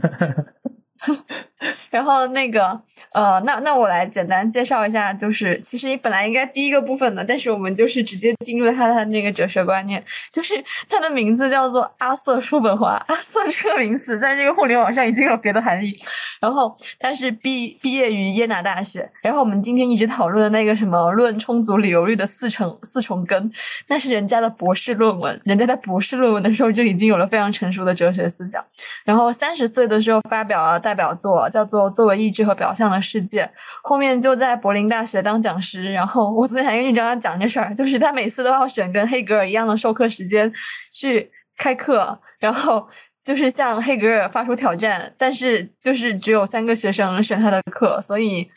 然后那个那我来简单介绍一下，就是其实本来应该第一个部分的，但是我们就是直接进入他的那个哲学观念。就是他的名字叫做阿瑟·叔本华，阿瑟这个名字在这个互联网上已经有别的含义。然后他是毕业于耶拿大学，然后我们今天一直讨论的那个什么论充足理由律的四重根，那是人家的博士论文，人家在博士论文的时候就已经有了非常成熟的哲学思想。然后30岁的时候发表了代表作叫做《作为意志和表象的世界》，后面就在柏林大学当讲师。然后我昨天还跟韵章他讲这事儿，就是他每次都要选跟黑格尔一样的授课时间去开课，然后就是向黑格尔发出挑战，但是就是只有3个学生选他的课，所以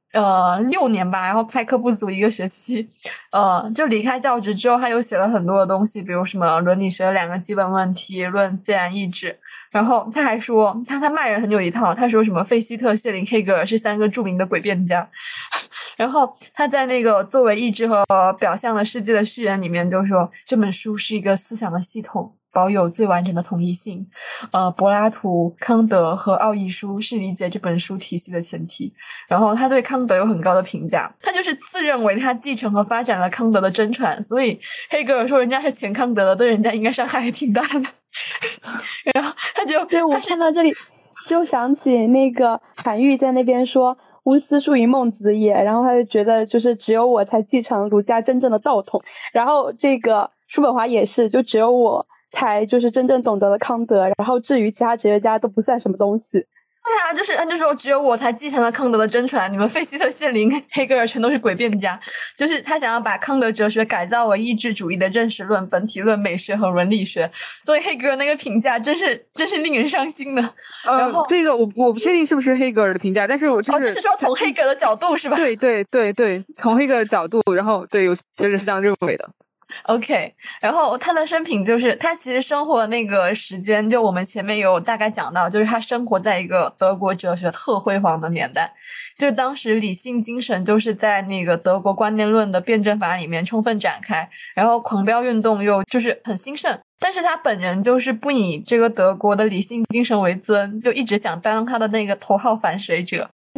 6年吧，然后开课不足1个学期，就离开教职之后，他又写了很多的东西，比如什么伦理学的2个基本问题、论自然意志。然后他还说他骂人很有一套，他说什么费希特、谢林、黑格尔是3个著名的诡辩家。然后他在那个作为意志和表象的世界的序言里面就说，这本书是一个思想的系统，保有最完整的统一性。柏拉图、康德和奥义书是理解这本书体系的前提。然后他对康德有很高的评价，他就是自认为他继承和发展了康德的真传，所以黑格尔说人家是前康德的，对人家应该伤害还挺大的。然后对，我看到这里就想起那个韩愈在那边说无私属于孟子也，然后他就觉得就是只有我才继承儒家真正的道统，然后这个叔本华也是，就只有我才就是真正懂得了康德，然后至于其他哲学家都不算什么东西。 对啊，就是他就说只有我才继承了康德的真传，你们费希特、谢林、黑格尔全都是诡辩家。就是他想要把康德哲学改造为意志主义的认识论、本体论、美学和伦理学，所以黑格尔那个评价真是令人伤心的。然后这个我不确定是不是黑格尔的评价，但是我就是就是说从黑格尔的角度是吧？ 对，从黑格尔的角度，然后对有些人是这样认为的。 OK， 然后他的生平就是他其实生活的那个时间，就我们前面有大概讲到，就是他生活在一个德国哲学特辉煌的年代，就当时理性精神就是在那个德国观念论的辩证法里面充分展开，然后狂飙运动又就是很兴盛，但是他本人就是不以这个德国的理性精神为尊，就一直想当他的那个头号反水者。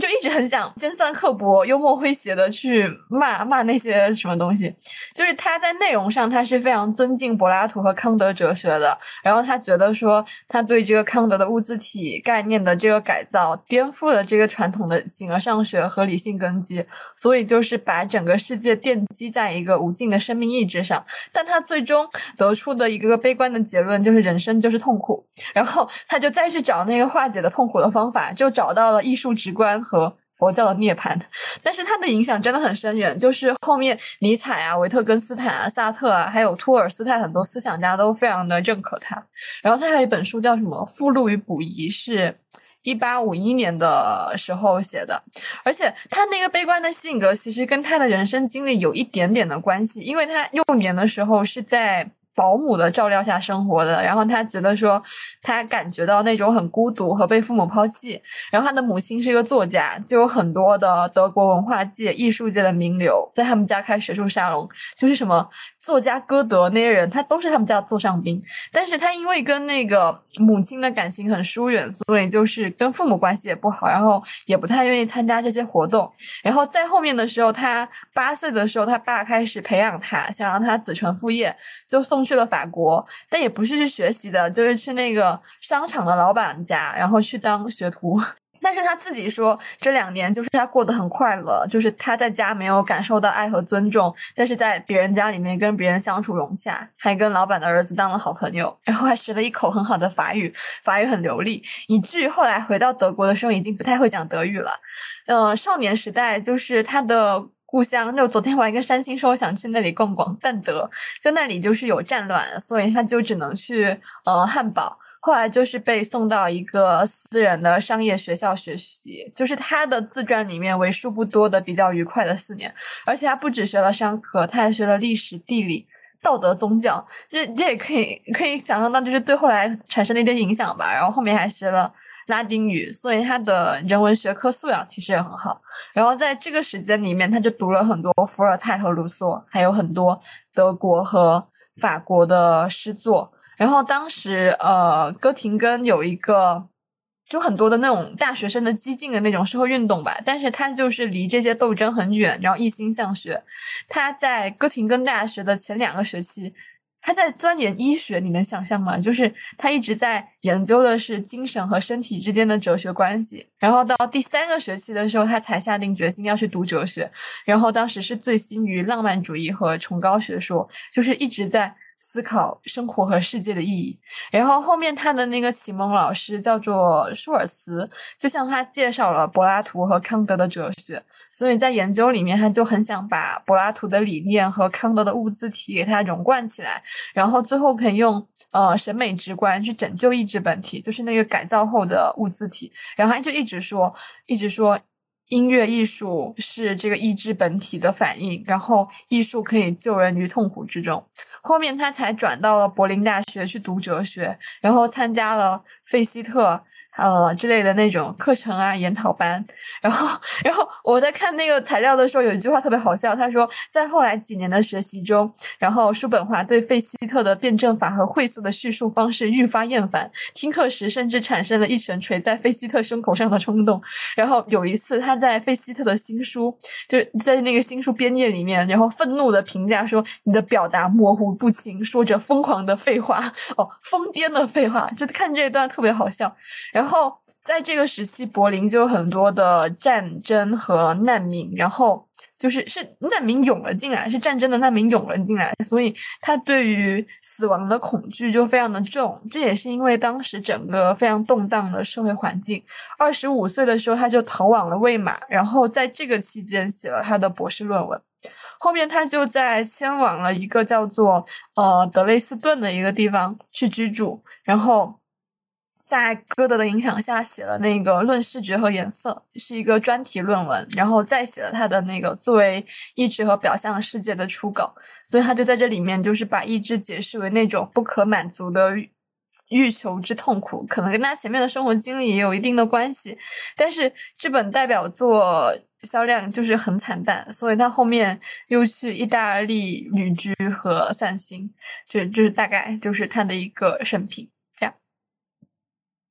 就一直很想尖酸刻薄、幽默诙谐的去骂那些什么东西。就是他在内容上他是非常尊敬柏拉图和康德哲学的，然后他觉得说他对这个康德的物自体概念的这个改造颠覆了这个传统的形而上学和理性根基，所以就是把整个世界奠基在一个无尽的生命意志上。但他最终得出的一个悲观的结论就是人生就是痛苦，然后他就再去找那个化解的痛苦的方法，就找到了艺术直观和佛教的涅槃。但是他的影响真的很深远，就是后面尼采啊、维特根斯坦啊、萨特啊，还有托尔斯泰很多思想家都非常的认可他。然后他还有一本书叫什么《附录与补遗》，是1851年的时候写的。而且他那个悲观的性格其实跟他的人生经历有一点点的关系，因为他幼年的时候是在保姆的照料下生活的，然后他觉得说他感觉到那种很孤独和被父母抛弃。然后他的母亲是一个作家，就有很多的德国文化界、艺术界的名流在他们家开学术沙龙，就是什么作家歌德那些人，他都是他们家的座上宾。但是他因为跟那个母亲的感情很疏远，所以就是跟父母关系也不好，然后也不太愿意参加这些活动。然后在后面的时候，他8岁的时候，他爸开始培养他，想让他子承父业，就送去了法国，但也不是去学习的，就是去那个商场的老板家，然后去当学徒。但是他自己说，这2年就是他过得很快乐，就是他在家没有感受到爱和尊重，但是在别人家里面跟别人相处融洽，还跟老板的儿子当了好朋友，然后还学了一口很好的法语，法语很流利，以至于后来回到德国的时候已经不太会讲德语了。少年时代就是他的故乡，就昨天我还跟山青说我想去那里逛逛，但泽就那里就是有战乱，所以他就只能去汉堡。后来就是被送到一个私人的商业学校学习，就是他的自传里面为数不多的比较愉快的4年。而且他不只学了商科，他还学了历史、地理、道德、宗教，这也可以想象到就是对后来产生的一些影响吧。然后后面还学了拉丁语，所以他的人文学科素养其实也很好。然后在这个时间里面，他就读了很多伏尔泰和卢梭，还有很多德国和法国的诗作。然后当时哥廷根有一个就很多的那种大学生的激进的那种社会运动吧，但是他就是离这些斗争很远，然后一心向学。他在哥廷根大学的前2个学期，他在钻研医学，你能想象吗？就是他一直在研究的是精神和身体之间的哲学关系。然后到第3个学期的时候，他才下定决心要去读哲学。然后当时是醉心于浪漫主义和崇高学说，就是一直在思考生活和世界的意义。然后后面他的那个启蒙老师叫做舒尔茨，就向他介绍了柏拉图和康德的哲学，所以在研究里面他就很想把柏拉图的理念和康德的物自体给它融贯起来，然后最后可以用审美直观去拯救意志本体，就是那个改造后的物自体。然后他就一直说音乐艺术是这个意志本体的反应，然后艺术可以救人于痛苦之中。后面他才转到了柏林大学去读哲学，然后参加了费希特之类的那种课程啊研讨班。然后我在看那个材料的时候有一句话特别好笑，他说在后来几年的学习中，然后叔本华对费希特的辩证法和晦涩的叙述方式愈发厌烦，听课时甚至产生了一拳捶在费希特胸口上的冲动。然后有一次他在费希特的新书，就是在那个新书编页里面，然后愤怒的评价说你的表达模糊不清，说着疯狂的废话，疯癫的废话，就看这一段特别好笑。然后在这个时期，柏林就有很多的战争和难民，然后是难民涌了进来，是战争的难民涌了进来，所以他对于死亡的恐惧就非常的重。这也是因为当时整个非常动荡的社会环境。25岁的时候他就逃往了魏玛，然后在这个期间写了他的博士论文。后面他就在迁往了一个叫做德累斯顿的一个地方去居住，然后在歌德的影响下写了那个《论视觉和颜色》，是一个专题论文，然后再写了他的那个作为意志和表象世界的初稿。所以他就在这里面就是把意志解释为那种不可满足的欲求之痛苦，可能跟他前面的生活经历也有一定的关系。但是这本代表作销量就是很惨淡，所以他后面又去意大利旅居和散心，就是大概就是他的一个生平。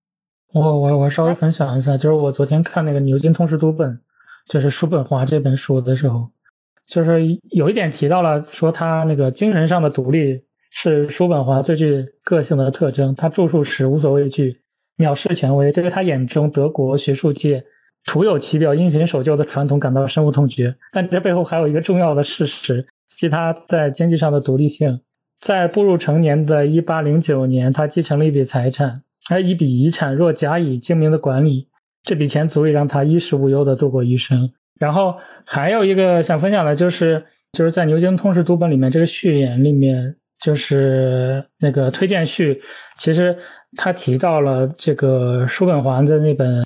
我稍微分享一下，就是我昨天看那个牛津通识读本，就是叔本华这本书的时候，就是有一点提到了说他那个精神上的独立是叔本华最具个性的特征，他著述时无所畏惧，藐视权威，这是他眼中德国学术界徒有其表因循守旧的传统感到深恶痛绝。但这背后还有一个重要的事实，即他在经济上的独立性。在步入成年的1809年，他继承了一笔财产，而一笔遗产若假以精明的管理，这笔钱足以让他衣食无忧的度过余生。然后还有一个想分享的就是在牛津通识读本里面这个序言里面，就是那个推荐序，其实他提到了这个叔本华的那本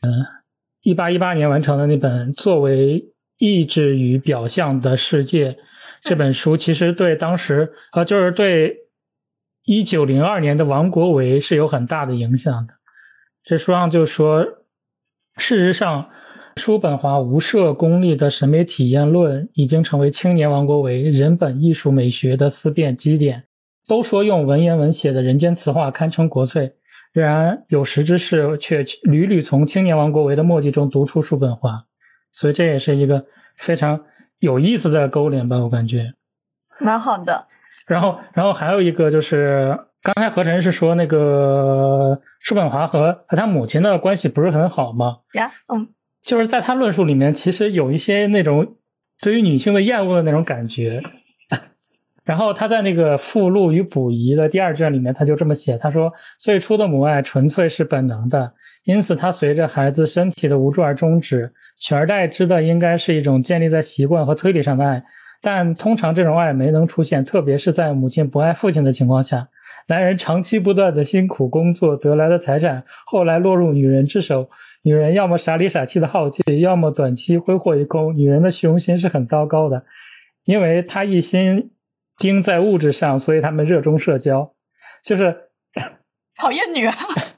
1818年完成的那本作为意志与表象的世界这本书，其实对当时就是对1902年的王国维是有很大的影响的。这书上就说，事实上叔本华无涉功利的审美体验论已经成为青年王国维人本艺术美学的思辨基点。都说用文言文写的人间词话堪称国粹，然有识之士却屡屡从青年王国维的墨迹中读出叔本华，所以这也是一个非常有意思的勾连吧，我感觉蛮好的。 然后还有一个就是刚才何晨是说那个叔本华和他母亲的关系不是很好吗？ 呀， 就是在他论述里面其实有一些那种对于女性的厌恶的那种感觉。然后他在那个附录与补遗的第2卷里面他就这么写，他说最初的母爱纯粹是本能的，因此它随着孩子身体的无助而终止，取而代之的应该是一种建立在习惯和推理上的爱，但通常这种爱没能出现，特别是在母亲不爱父亲的情况下。男人长期不断的辛苦工作得来的财产后来落入女人之手，女人要么傻里傻气的耗尽，要么短期挥霍一空。女人的虚荣心是很糟糕的，因为她一心盯在物质上，所以他们热衷社交，就是讨厌女人。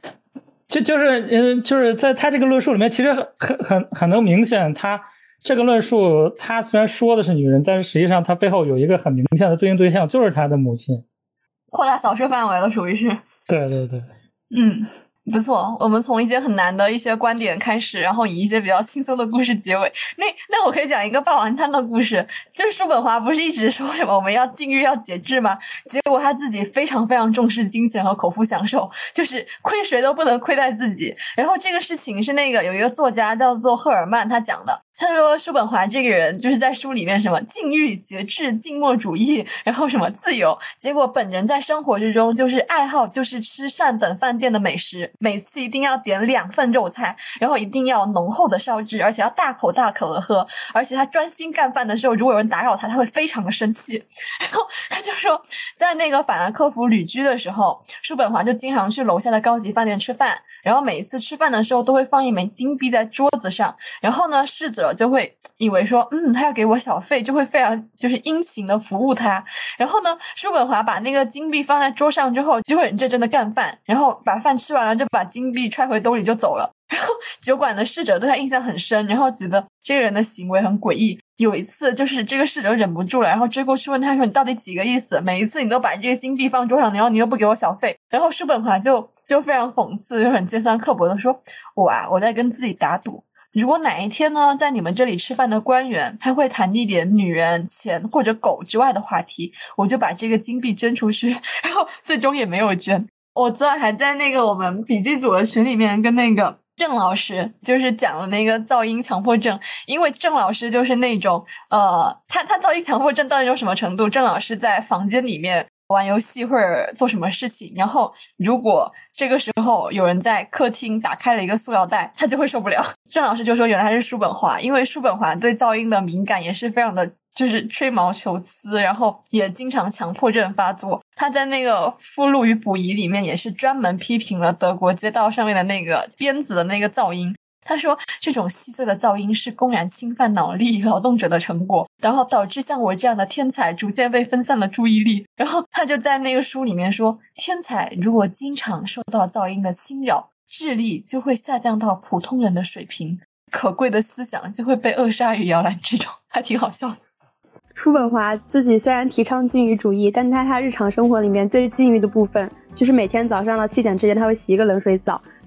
就是在他这个论述里面，其实很能明显，他这个论述他虽然说的是女人，但是实际上他背后有一个很明显的对应对象，就是他的母亲， 扩大扫射范围了，属于是。 对， 不错，我们从一些很难的一些观点开始，然后以一些比较轻松的故事结尾。那我可以讲一个霸王餐的故事，就是叔本华不是一直说什么我们要禁欲要节制吗？结果他自己非常非常重视金钱和口腹享受，就是亏谁都不能亏待自己。然后这个事情是那个有一个作家叫做赫尔曼他讲的，他说叔本华这个人就是在书里面什么禁欲节制静默主义，然后什么自由，结果本人在生活之中就是爱好就是吃善等饭店的美食，每次一定要点2份肉菜，然后一定要浓厚的烧汁，而且要大口大口的喝，而且他专心干饭的时候如果有人打扰他会非常的生气。然后他就说在那个法兰克福旅居的时候，叔本华就经常去楼下的高级饭店吃饭，然后每一次吃饭的时候都会放一枚金币在桌子上，然后呢侍者就会以为说他要给我小费，就会非常就是殷勤的服务他。然后呢叔本华把那个金币放在桌上之后就会很认真的干饭，然后把饭吃完了就把金币揣回兜里就走了。然后酒馆的侍者对他印象很深，然后觉得这个人的行为很诡异。有一次就是这个侍者忍不住了，然后追过去问他说你到底几个意思，每一次你都把这个金币放桌上，然后你又不给我小费。然后叔本华就非常讽刺，就很尖酸刻薄的说我在跟自己打赌，如果哪一天呢在你们这里吃饭的官员他会谈一点女人钱或者狗之外的话题，我就把这个金币捐出去。然后最终也没有捐。我昨晚还在那个我们笔记组的群里面跟那个郑老师就是讲了那个噪音强迫症，因为郑老师就是那种他噪音强迫症到底有什么程度，郑老师在房间里面玩游戏或者做什么事情，然后如果这个时候有人在客厅打开了一个塑料袋他就会受不了。郑老师就说原来他是叔本华，因为叔本华对噪音的敏感也是非常的就是吹毛求疵，然后也经常强迫症发作。他在那个附录与补遗里面也是专门批评了德国街道上面的那个鞭子的那个噪音，他说这种细碎的噪音是公然侵犯脑力劳动者的成果，然后导致像我这样的天才逐渐被分散了注意力。然后他就在那个书里面说，天才如果经常受到噪音的侵扰，智力就会下降到普通人的水平，可贵的思想就会被扼杀于摇篮之中，还挺好笑的。 叔本华自己虽然提倡禁欲主义，但他日常生活里面最禁欲的部分就是每天早上到7点之前他会洗一个冷水澡，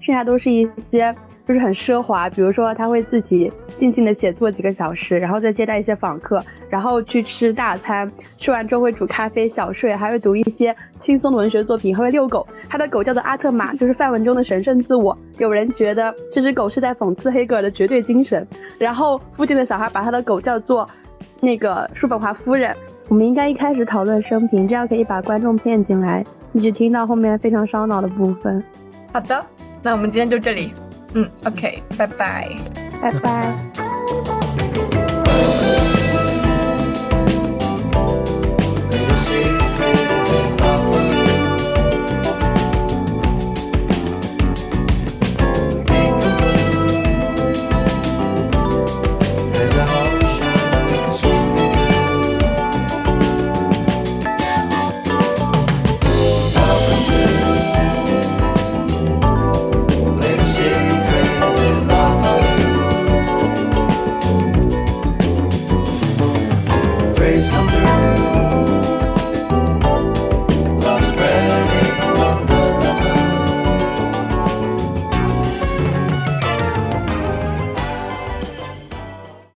剩下都是一些就是很奢华，比如说他会自己静静的写作几个小时，然后再接待一些访客，然后去吃大餐，吃完之后会煮咖啡小睡，还会读一些轻松的文学作品，还会遛狗。他的狗叫做阿特玛，就是范文中的神圣自我。有人觉得这只狗是在讽刺黑格尔的绝对精神。然后附近的小孩把他的狗叫做那个叔本华夫人。我们应该一开始讨论生平，这样可以把观众骗进来，一直听到后面非常烧脑的部分。 好的，那我们今天就这里。OK， 拜拜， 拜拜。 Praise come through.